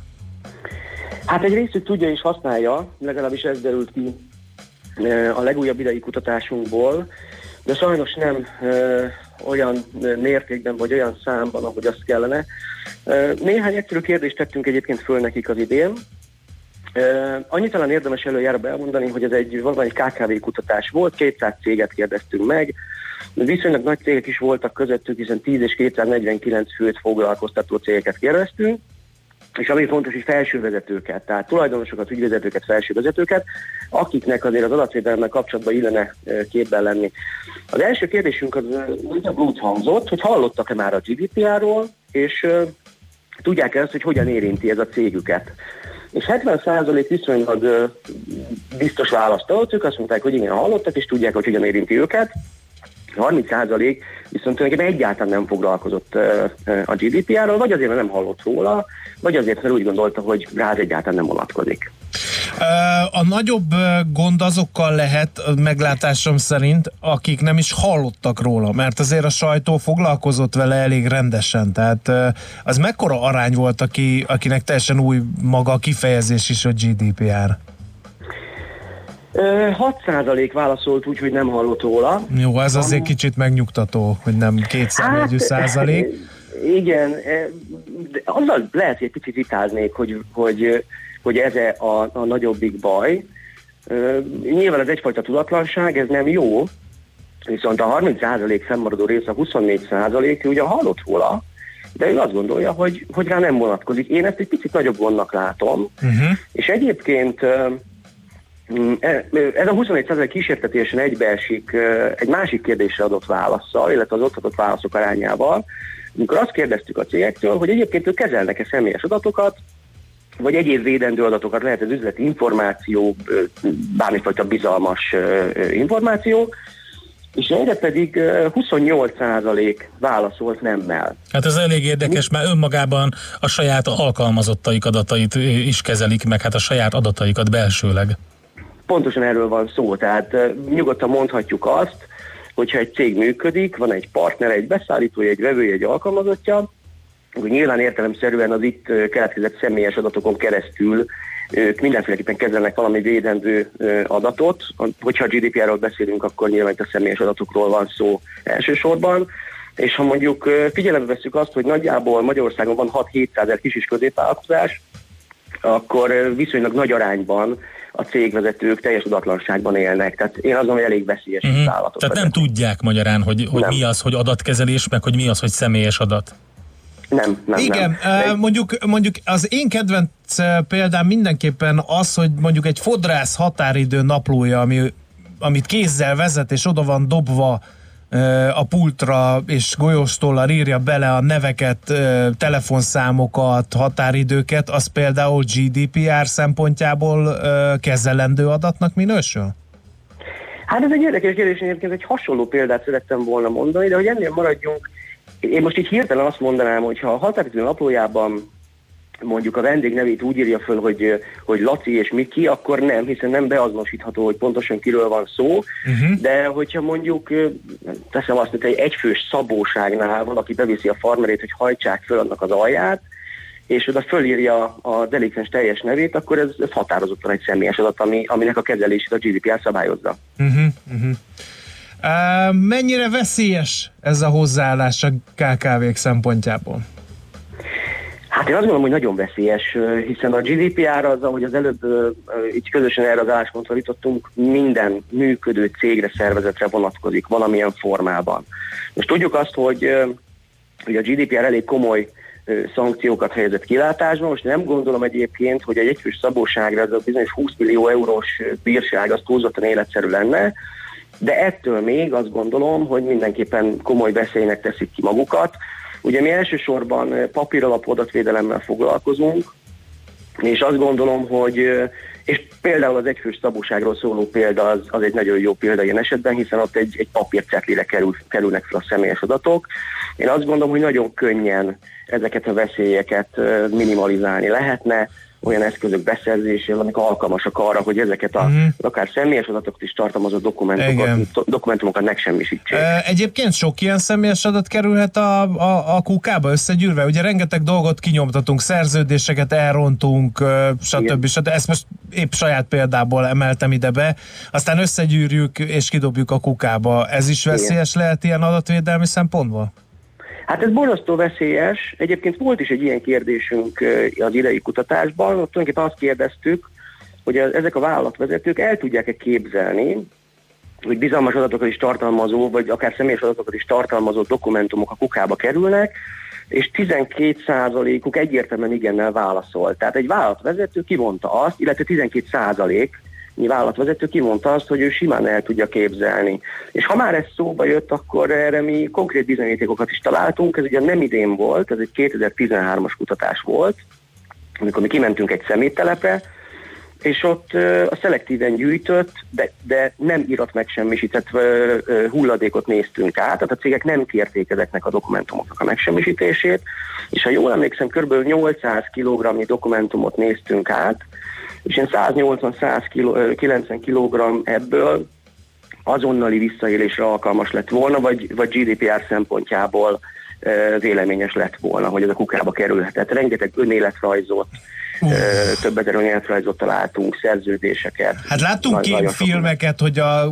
Hát egy részük tudja és használja, legalábbis ez derült ki a legújabb idei kutatásunkból, de sajnos nem ö, olyan mértékben vagy olyan számban, ahogy azt kellene. Ö, néhány egyszerű kérdést tettünk egyébként föl nekik az idén. Ö, annyit talán érdemes előjáróba elmondani, hogy ez egy valami ká ká vé kutatás volt, kétszáz céget kérdeztünk meg, viszonylag nagy cégek is voltak közöttük, hiszen tíz és kétszáznegyvenkilenc főt foglalkoztató cégeket kérdeztünk, és ami fontos, hogy felsővezetőket, tehát tulajdonosokat, ügyvezetőket, felsővezetőket, akiknek azért az adatvédelemmel kapcsolatban illene képben lenni. Az első kérdésünk az nagyjából úgy hangzott, hogy hallottak-e már a gé dé pé er-ról, és uh, tudják-e azt, hogy hogyan érinti ez a cégüket. És hetven százalék viszonylag uh, biztos választ adott, ők azt mondták, hogy igen, hallottak, és tudják, hogy hogyan érinti őket. harminc százalék viszont tulajdonképpen egyáltalán nem foglalkozott uh, a gé dé pé er-ről, vagy azért, mert nem hallott róla, vagy azért, mert úgy gondolta, hogy rá egyáltalán nem vonatkozik. A nagyobb gond azokkal lehet, meglátásom szerint, akik nem is hallottak róla, mert azért a sajtó foglalkozott vele elég rendesen, tehát az mekkora arány volt, aki, akinek teljesen új maga a kifejezés is a gé dé pé er? hat százalék válaszolt úgy, hogy nem hallott róla. Jó, ez azért kicsit megnyugtató, hogy nem kétszámjegyű hát, százalék. Igen, de azzal lehet, hogy egy picit vitáznék, hogy, hogy, hogy ez a, a nagyobbik baj. Nyilván ez egyfajta tudatlanság, ez nem jó, viszont a harminc százalék fennmaradó rész, a huszonnégy százalék, ugye hallott róla, de ő azt gondolja, hogy, hogy rá nem vonatkozik. Én ezt egy picit nagyobb gondnak látom, uh-huh. és egyébként ez a huszonnégy százalék kísértetésen egybeesik egy másik kérdésre adott válasszal, illetve az ott adott válaszok arányával, amikor azt kérdeztük a cégektől, hogy egyébként ők kezelnek-e személyes adatokat, vagy egyéb védendő adatokat, lehet ez üzleti információ, bármifajta bizalmas információ, és erre pedig huszonnyolc százalék válaszolt nemmel. Hát ez elég érdekes, mert önmagában a saját alkalmazottaik adatait is kezelik, meg hát a saját adataikat belsőleg. Pontosan erről van szó, tehát nyugodtan mondhatjuk azt, hogyha egy cég működik, van egy partner, egy beszállítója, egy vevője, egy alkalmazottja, akkor nyilván értelemszerűen az itt keletkezett személyes adatokon keresztül ők mindenféleképpen kezelnek valami védendő adatot. Hogyha a gé dé pé er-ről beszélünk, akkor nyilván itt a személyes adatokról van szó elsősorban. És ha mondjuk figyelembe veszük azt, hogy nagyjából Magyarországon van hat-hétszázezer kis és középvállalkozás, akkor viszonylag nagy arányban a cégvezetők teljes adatlanságban élnek. Tehát én azon, hogy elég veszélyes uh-huh. állatok. Tehát nem tudják magyarán, hogy, hogy mi az, hogy adatkezelés, meg hogy mi az, hogy személyes adat. Nem, nem, Igen, nem. Mondjuk, mondjuk az én kedvenc példám mindenképpen az, hogy mondjuk egy fodrász határidő naplója, ami, amit kézzel vezet, és oda van dobva a pultra, és golyóstollal írja bele a neveket, telefonszámokat, határidőket, az például gé dé pé er szempontjából kezelendő adatnak minősül? Hát ez egy érdekes kérdés, egyébként egy hasonló példát szerettem volna mondani, de hogy ennél maradjunk, én most így hirtelen azt mondanám, hogy ha a határidő naplójában mondjuk a vendég nevét úgy írja föl, hogy, hogy Laci és Miki, akkor nem, hiszen nem beazonosítható, hogy pontosan kiről van szó, uh-huh. de hogyha mondjuk teszem azt, hogy egy egyfős szabóságnál valaki beviszi a farmerét, hogy hajtsák föl annak az alját, és oda fölírja a delikvens teljes nevét, akkor ez, ez határozottan egy személyes adat, ami, aminek a kezelését a gé dé pé er szabályozza. Uh-huh, uh-huh. Uh, mennyire veszélyes ez a hozzáállás a ká ká vék szempontjából? Hát én azt gondolom, hogy nagyon veszélyes, hiszen a gé dé pé er az, ahogy az előbb így közösen erre az álláspontra jutottunk, minden működő cégre, szervezetre vonatkozik valamilyen formában. Most tudjuk azt, hogy, hogy a gé dé pé er elég komoly szankciókat helyezett kilátásba. Most nem gondolom egyébként, hogy egy egyfős szabóságra ez a bizonyos húsz millió eurós bírság az túlzottan életszerű lenne, de ettől még azt gondolom, hogy mindenképpen komoly veszélynek teszik ki magukat. Ugye mi elsősorban papíralapú adatvédelemmel foglalkozunk, és azt gondolom, hogy és például az egyfős szabóságról szóló példa az, az egy nagyon jó példa ilyen esetben, hiszen ott egy, egy papírcetlire kerül, kerülnek fel a személyes adatok. Én azt gondolom, hogy nagyon könnyen ezeket a veszélyeket minimalizálni lehetne, olyan eszközök beszerzésével, amik alkalmasak arra, hogy ezeket a mm. akár személyes adatokat is tartalmazó dokumentumokat, dokumentumokat megsemmisítsék. Egyébként sok ilyen személyes adat kerülhet a, a, a kukába összegyűrve? Ugye rengeteg dolgot kinyomtatunk, szerződéseket elrontunk, stb. stb. Ezt most épp saját példából emeltem ide be, aztán összegyűrjük és kidobjuk a kukába. Ez is veszélyes Igen. lehet ilyen adatvédelmi szempontból? Hát ez borzasztó veszélyes. Egyébként volt is egy ilyen kérdésünk az idei kutatásban. Ott tulajdonképpen azt kérdeztük, hogy ezek a vállalatvezetők el tudják-e képzelni, hogy bizalmas adatokat is tartalmazó, vagy akár személyes adatokat is tartalmazó dokumentumok a kukába kerülnek, és tizenkét százalékuk egyértelműen igennel válaszolt. Tehát egy vállalatvezető kivonta azt, illetve tizenkét százalék vállalatvezető kimondta azt, hogy ő simán el tudja képzelni. És ha már ez szóba jött, akkor erre mi konkrét bizonyítékokat is találtunk. Ez ugye nem idén volt, ez egy kétezer-tizenhármas kutatás volt, amikor mi kimentünk egy szeméttelepre, és ott uh, a szelektíven gyűjtött, de, de nem írat megsemmisített uh, uh, hulladékot néztünk át, tehát a cégek nem kérték ezeknek a dokumentumoknak a megsemmisítését, és ha jól emlékszem, kb. nyolcszáz kilogramnyi dokumentumot néztünk át, és ilyen száznyolcvan-százkilencven kilogramm ebből azonnali visszaélésre alkalmas lett volna, vagy, vagy gé dé pé er szempontjából e, véleményes lett volna, hogy ez a kukába kerülhetett. Rengeteg önéletrajzot, uh. e, több ezer önéletrajzot találtunk, szerződéseket. Hát láttunk képfilmeket, hogy a,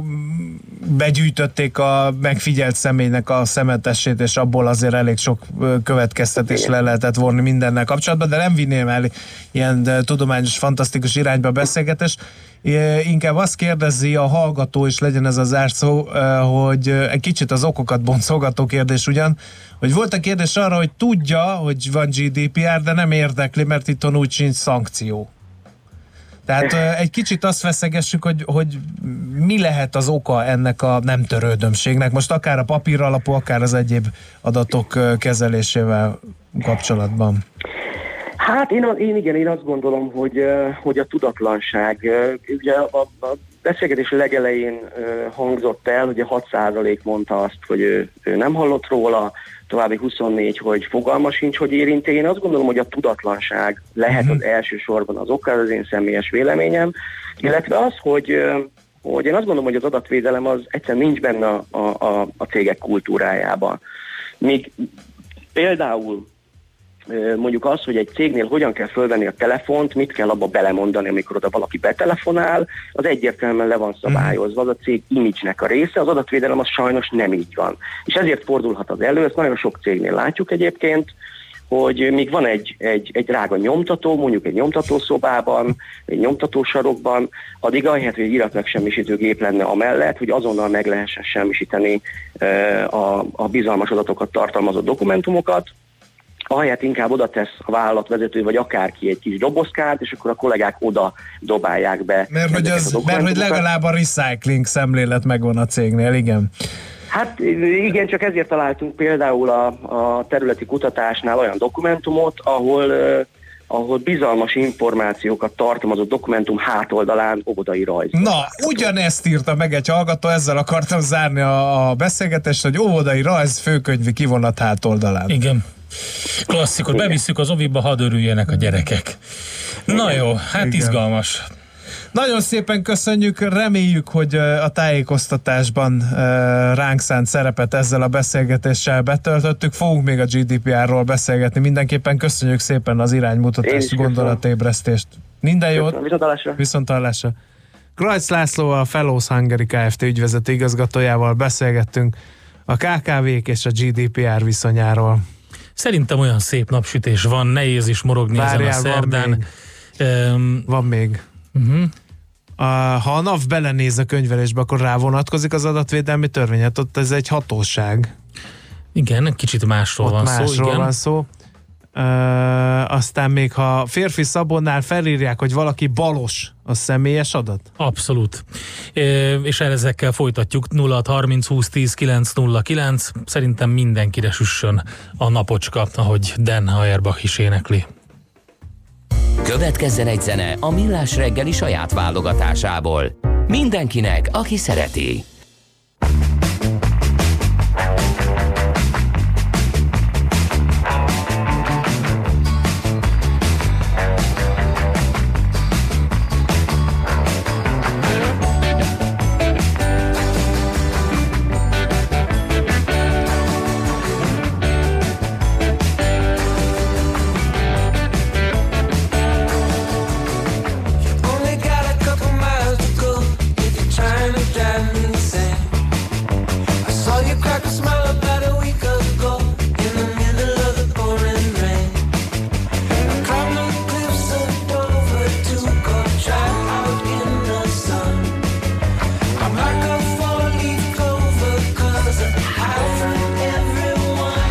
begyűjtötték a megfigyelt személynek a szemetesét, és abból azért elég sok következtetés le lehetett vonni mindennel kapcsolatban, de nem vinném el ilyen tudományos, fantasztikus irányba beszélgetés. Inkább azt kérdezi a hallgató, és legyen ez a zárszó, hogy egy kicsit az okokat boncolgató kérdés ugyan, hogy volt a kérdés arra, hogy tudja, hogy van gé dé pé er, de nem érdekli, mert itthon úgy sincs szankció. Tehát egy kicsit azt veszegessük, hogy, hogy mi lehet az oka ennek a nem törődömségnek, most akár a papír alapú, akár az egyéb adatok kezelésével kapcsolatban. Hát én, én igen, én azt gondolom, hogy, hogy a tudatlanság. Ugye a, a beszélgetés legelején hangzott el, hogy a hat százalék mondta azt, hogy ő, ő nem hallott róla, további huszonnégy, hogy fogalma sincs, hogy érinti. Én azt gondolom, hogy a tudatlanság lehet az elsősorban az oka, az én személyes véleményem, illetve az, hogy, hogy én azt gondolom, hogy az adatvédelem az egyszerűen nincs benne a, a, a cégek kultúrájában. Míg például mondjuk az, hogy egy cégnél hogyan kell fölvenni a telefont, mit kell abba belemondani, amikor oda valaki betelefonál, az egyértelműen le van szabályozva, az a cég image-nek a része, az adatvédelem az sajnos nem így van. És ezért fordulhat az elő, ezt nagyon sok cégnél látjuk egyébként, hogy még van egy, egy, egy drága nyomtató, mondjuk egy nyomtatószobában, egy nyomtatósarokban, addig ahelyett, hogy egy iratmegsemmisítő gép lenne amellett, hogy azonnal meg lehessen semmisíteni a, a bizalmas adatokat tartalmazó dokumentumokat, ahelyett inkább oda tesz a vállalatvezető, vagy akárki egy kis dobozkát, és akkor a kollégák oda dobálják be. Mert hogy, az, mert hogy legalább a recycling szemlélet megvan a cégnél, igen. Hát igen, csak ezért találtunk például a, a területi kutatásnál olyan dokumentumot, ahol, uh, ahol bizalmas információkat tartalmazó dokumentum hátoldalán óvodai rajz. Na, ugyanezt írta meg egy hallgató, ezzel akartam zárni a, a beszélgetést, hogy óvodai rajz főkönyvi kivonat hátoldalán. Igen. Klasszikus, bevisszük az oviba, hadd örüljenek a gyerekek. Na jó, hát igen. Izgalmas. Nagyon szépen köszönjük, reméljük, hogy a tájékoztatásban ránk szánt szerepet ezzel a beszélgetéssel betöltöttük. Fogunk még a gé dé pé er-ról beszélgetni. Mindenképpen köszönjük szépen az iránymutatást, gondolatébresztést. Minden jót! Viszonthallásra! Viszonthallásra! Krajc László, a Fellows Hungary Kft. Ügyvezető igazgatójával beszélgettünk a ká ká vék és a gé dé pé er viszonyáról. Szerintem olyan szép napsütés van, nehéz is morogni Várjál, ezen a szerdán. Van még. Um, van még. Uh-huh. A, ha a NAV belenéz a könyvelésbe, akkor rávonatkozik az adatvédelmi törvény. Hát ott ez egy hatóság. Igen, kicsit másról ott van másról szó. Igen. van szó. Ö, aztán még ha férfi szabonnál felírják, hogy valaki balos, az személyes adat? Abszolút. É, és ezekkel folytatjuk. Nulla hat harminc húsz tíz kilenc nulla kilenc. Szerintem mindenkire süssön a napocska, ahogy Dan Auerbach is énekli. Következzen egy zene a Millás reggeli saját válogatásából. Mindenkinek, aki szereti. Only got a couple miles to go if you're trying to drive me insane. I saw you crack a smile about a week ago in the middle of the pouring rain. I climbed the cliffs of Dover to go try out in the sun. I'm like a four-leaf clover 'cause I hide from everyone.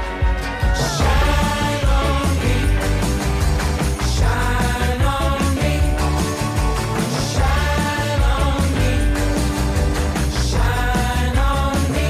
Shine on me, shine on me. Shine on me, shine on me.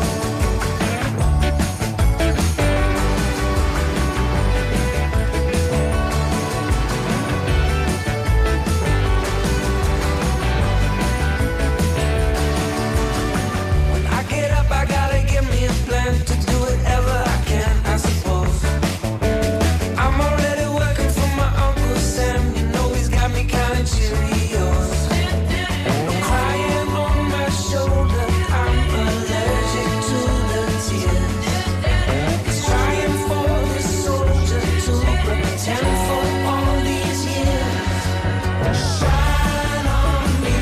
When I get up, I gotta give me a plan to do whatever I can, I suppose. I'm already working for my Uncle Sam. You know he's got me counting Cheerios. No crying on my shoulder. I'm allergic to the tears. He's trying for the soldier to pretend for all these years. Shine on me,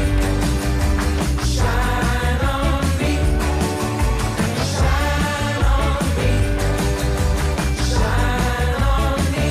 shine on me, shine on me, shine on me.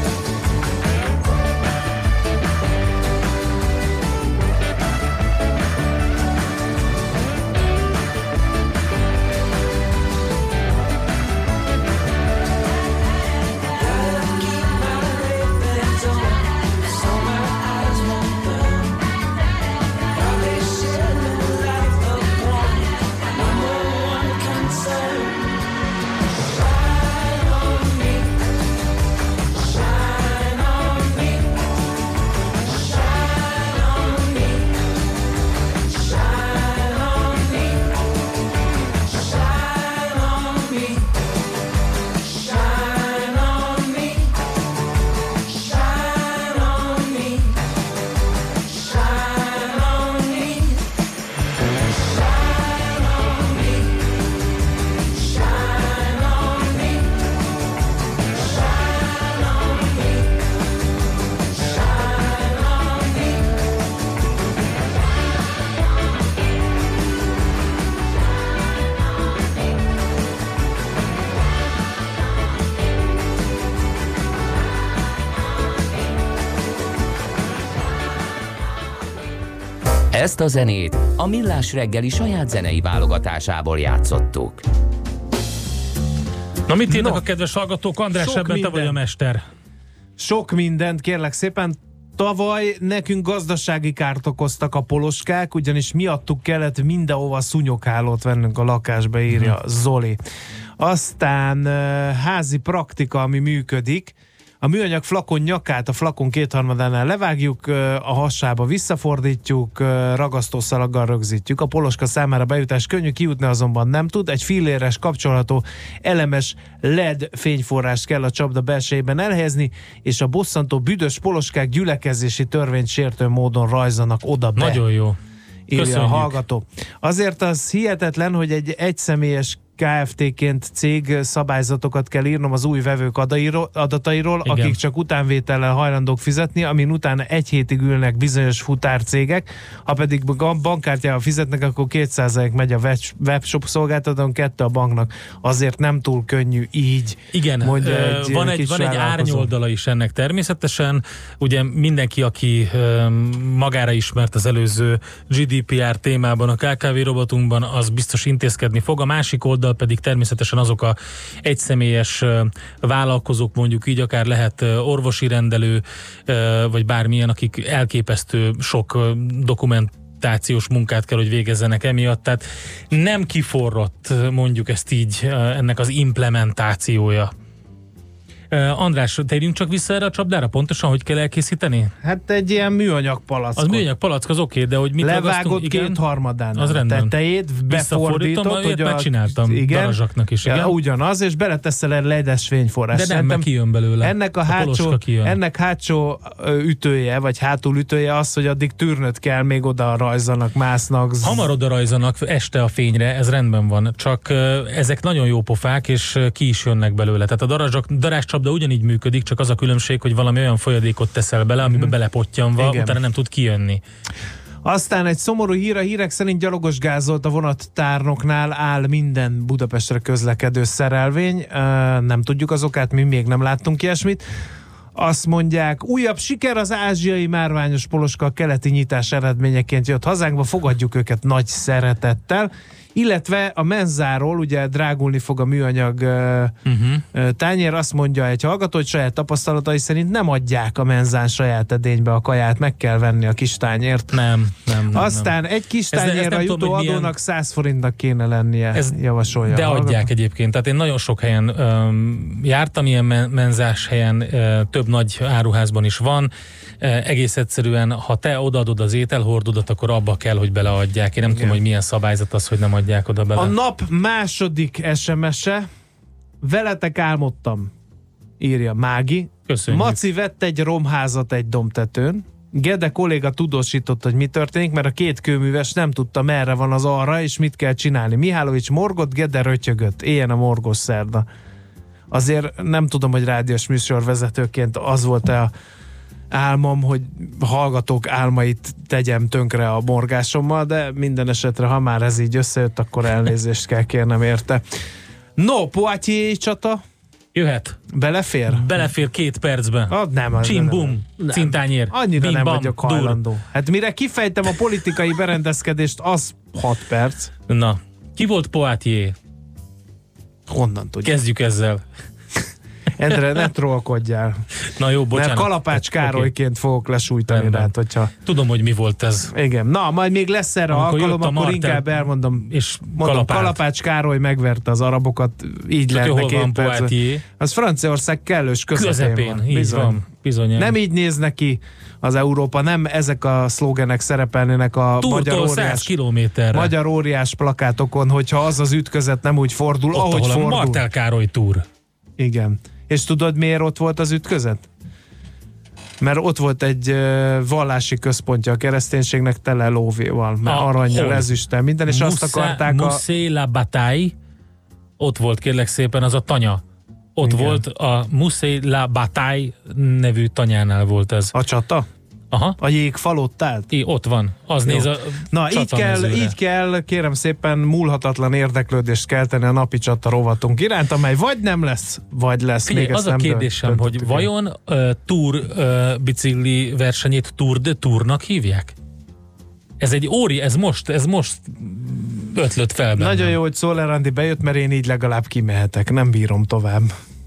Ezt a zenét a Millás reggeli saját zenei válogatásából játszottuk. Na mit írnak No. a kedves hallgatók? András, Sok ebben te minden. vagy a mester. Sok mindent, kérlek szépen. Tavaly nekünk gazdasági kárt okoztak a poloskák, ugyanis miattuk kellett mindenhova szúnyoghálót vennünk a lakásba, írja Mhm. Zoli. Aztán uh, házi praktika, ami működik. A műanyag flakon nyakát a flakon kétharmadánál levágjuk, uh, a hasába visszafordítjuk, uh, ragasztószalaggal rögzítjük. A poloska számára bejutás könnyű, kijutni azonban nem tud. Egy filléres kapcsolható elemes el é dé fényforrást kell a csapda belsejében elhelyezni, és a bosszantó büdös poloskák gyülekezési törvényt sértő módon rajzanak oda be. Nagyon jó. Írja Köszönjük. a hallgató. Azért az hihetetlen, hogy egy egyszemélyes ká ef té-ként cég szabályzatokat kell írnom az új vevők adairól, adatairól, Igen. akik csak utánvétellel hajlandók fizetni, amin utána egy hétig ülnek bizonyos futárcégek, ha pedig bankkártyával fizetnek, akkor két százalék megy a webshop szolgáltatón, kettő a banknak. Azért nem túl könnyű így. Igen, mondja ö, egy van, egy, kis van egy vállalkozó. árnyoldala is ennek természetesen. Ugye mindenki, aki ö, magára ismert az előző gé dé pé er témában, a ká ká vé robotunkban, az biztos intézkedni fog. A másik oldal oldal pedig természetesen azok a egyszemélyes ö, vállalkozók, mondjuk így, akár lehet ö, orvosi rendelő, ö, vagy bármilyen, akik elképesztő sok ö, dokumentációs munkát kell, hogy végezzenek emiatt. Tehát nem kiforrott, mondjuk ezt így, ennek az implementációja. Uh, András, térjünk csak vissza erre a csapdára, pontosan hogy kell elkészíteni? Hát egy ilyen műanyag palack. Az műanyag palack, az oké, de hogy mit levágott kétharmadán az a tetejét, befordított, hogy a... megcsináltam igen, darazsaknak is, igen. Ja, ugyanaz, és beleteszel egy ledes fényforrás. De nem, meg kijön belőle. Ennek a, a hátsó, ennek hátsó ütője, vagy hátul ütője az, hogy addig tűrnöd kell, még oda rajzanak, másznak. Hamar oda rajzanak este a fényre, ez rendben van, csak ezek nagyon jó pofák, és ki is jönnek belőle. Tehát a darazsak, darázscsapda ugyanígy működik, csak az a különbség, hogy valami olyan folyadékot teszel bele, amiben hmm. belepottyanva, igen. utána nem tud kijönni. Aztán egy szomorú hír, a hírek szerint gyalogos gázolt a vonattárnoknál áll minden Budapestre közlekedő szerelvény. Nem tudjuk az okát, mi még nem láttunk ilyesmit. Azt mondják, újabb siker az ázsiai márványos poloska a keleti nyitás eredményeként jött hazánkba, fogadjuk őket nagy szeretettel. Illetve a menzáról, ugye drágulni fog a műanyag uh-huh. tányér, azt mondja egy hallgató, hogy saját tapasztalatai szerint nem adják a menzán saját edénybe a kaját, meg kell venni a kis tányért. Nem, nem, nem. Aztán nem. egy kis tányérra jutó tudom, adónak milyen... száz forintnak kéne lennie, ez javasolja. De adják egyébként, tehát én nagyon sok helyen um, jártam, ilyen menzás helyen, uh, több nagy áruházban is van, uh, egész egyszerűen, ha te odaadod az ételhordódat, akkor abba kell, hogy beleadják. Én nem igen. tudom, hogy milyen szabályzat az, hogy nem adják oda bele. A nap második es em es-e, veletek álmodtam, írja Mági. Köszönjük. Maci vett egy romházat egy dombtetőn. Gede kolléga tudósított, hogy mi történik, mert a két kőműves nem tudta, merre van az arra, és mit kell csinálni. Mihálovics morgott, Gede rötyögött. Éljen a morgos szerda. Azért nem tudom, hogy rádiós műsorvezetőként az volt-e a álmom, hogy hallgatók álmait tegyem tönkre a morgásommal, de minden esetre, ha már ez így összejött, akkor elnézést kell kérnem érte. No, Poitiers csata? Jöhet. Belefér? Belefér két percben. Ah, nem. Csim-bum, cintányér. Annyira Bim, nem bam, vagyok hajlandó. Dur. Hát mire kifejtem a politikai berendezkedést, az hat perc. Na, ki volt Poitiers? Honnan tudjuk? Kezdjük ezzel. Endre, ne trollkodjál. Na jó, bocsánat. Mert Kalapács Károlyként okay. fogok lesújtani Rendben. rád, hogyha... Tudom, hogy mi volt ez. Igen. Na, majd még lesz erre amikor alkalom, akkor Martel, inkább elmondom. És mondom, Kalapács Károly megverte az arabokat, így lehetne két perc. Az Franciaország kellős közepén, közepén van. Bizony. van. Bizony. Nem így néz neki az Európa, nem ezek a szlogenek szerepelnének a magyar óriás, kilométerre. magyar óriás plakátokon, hogyha az az ütközet nem úgy fordul, ott, ahogy fordul. A Martel Károly túr. Igen. És tudod, miért ott volt az ütközet? Mert ott volt egy uh, vallási központja a kereszténységnek tele lóvéval, mert arannyal, ezüsttel, minden, és Musa, azt akarták Musée la Bataille, ott volt kérlek szépen az a tanya. Ott igen. volt a Musée la Bataille nevű tanyánál volt ez. A csata? Aha. A jégfal ott állt? I, ott van. Az Jó. néz a Na, így kell, így kell, kérem szépen, múlhatatlan érdeklődést kelteni a napi csata rovatunk iránt, amely vagy nem lesz, vagy lesz. Figyelj, még az a kérdésem, hogy vajon uh, Tour uh, bicikli versenyét Tour de Tournak hívják? Ez egy óri, ez most, ez most ötlött fel bennem. Nagyon jó, hogy Szoller Andi bejött, mert én így legalább kimehetek, nem bírom tovább.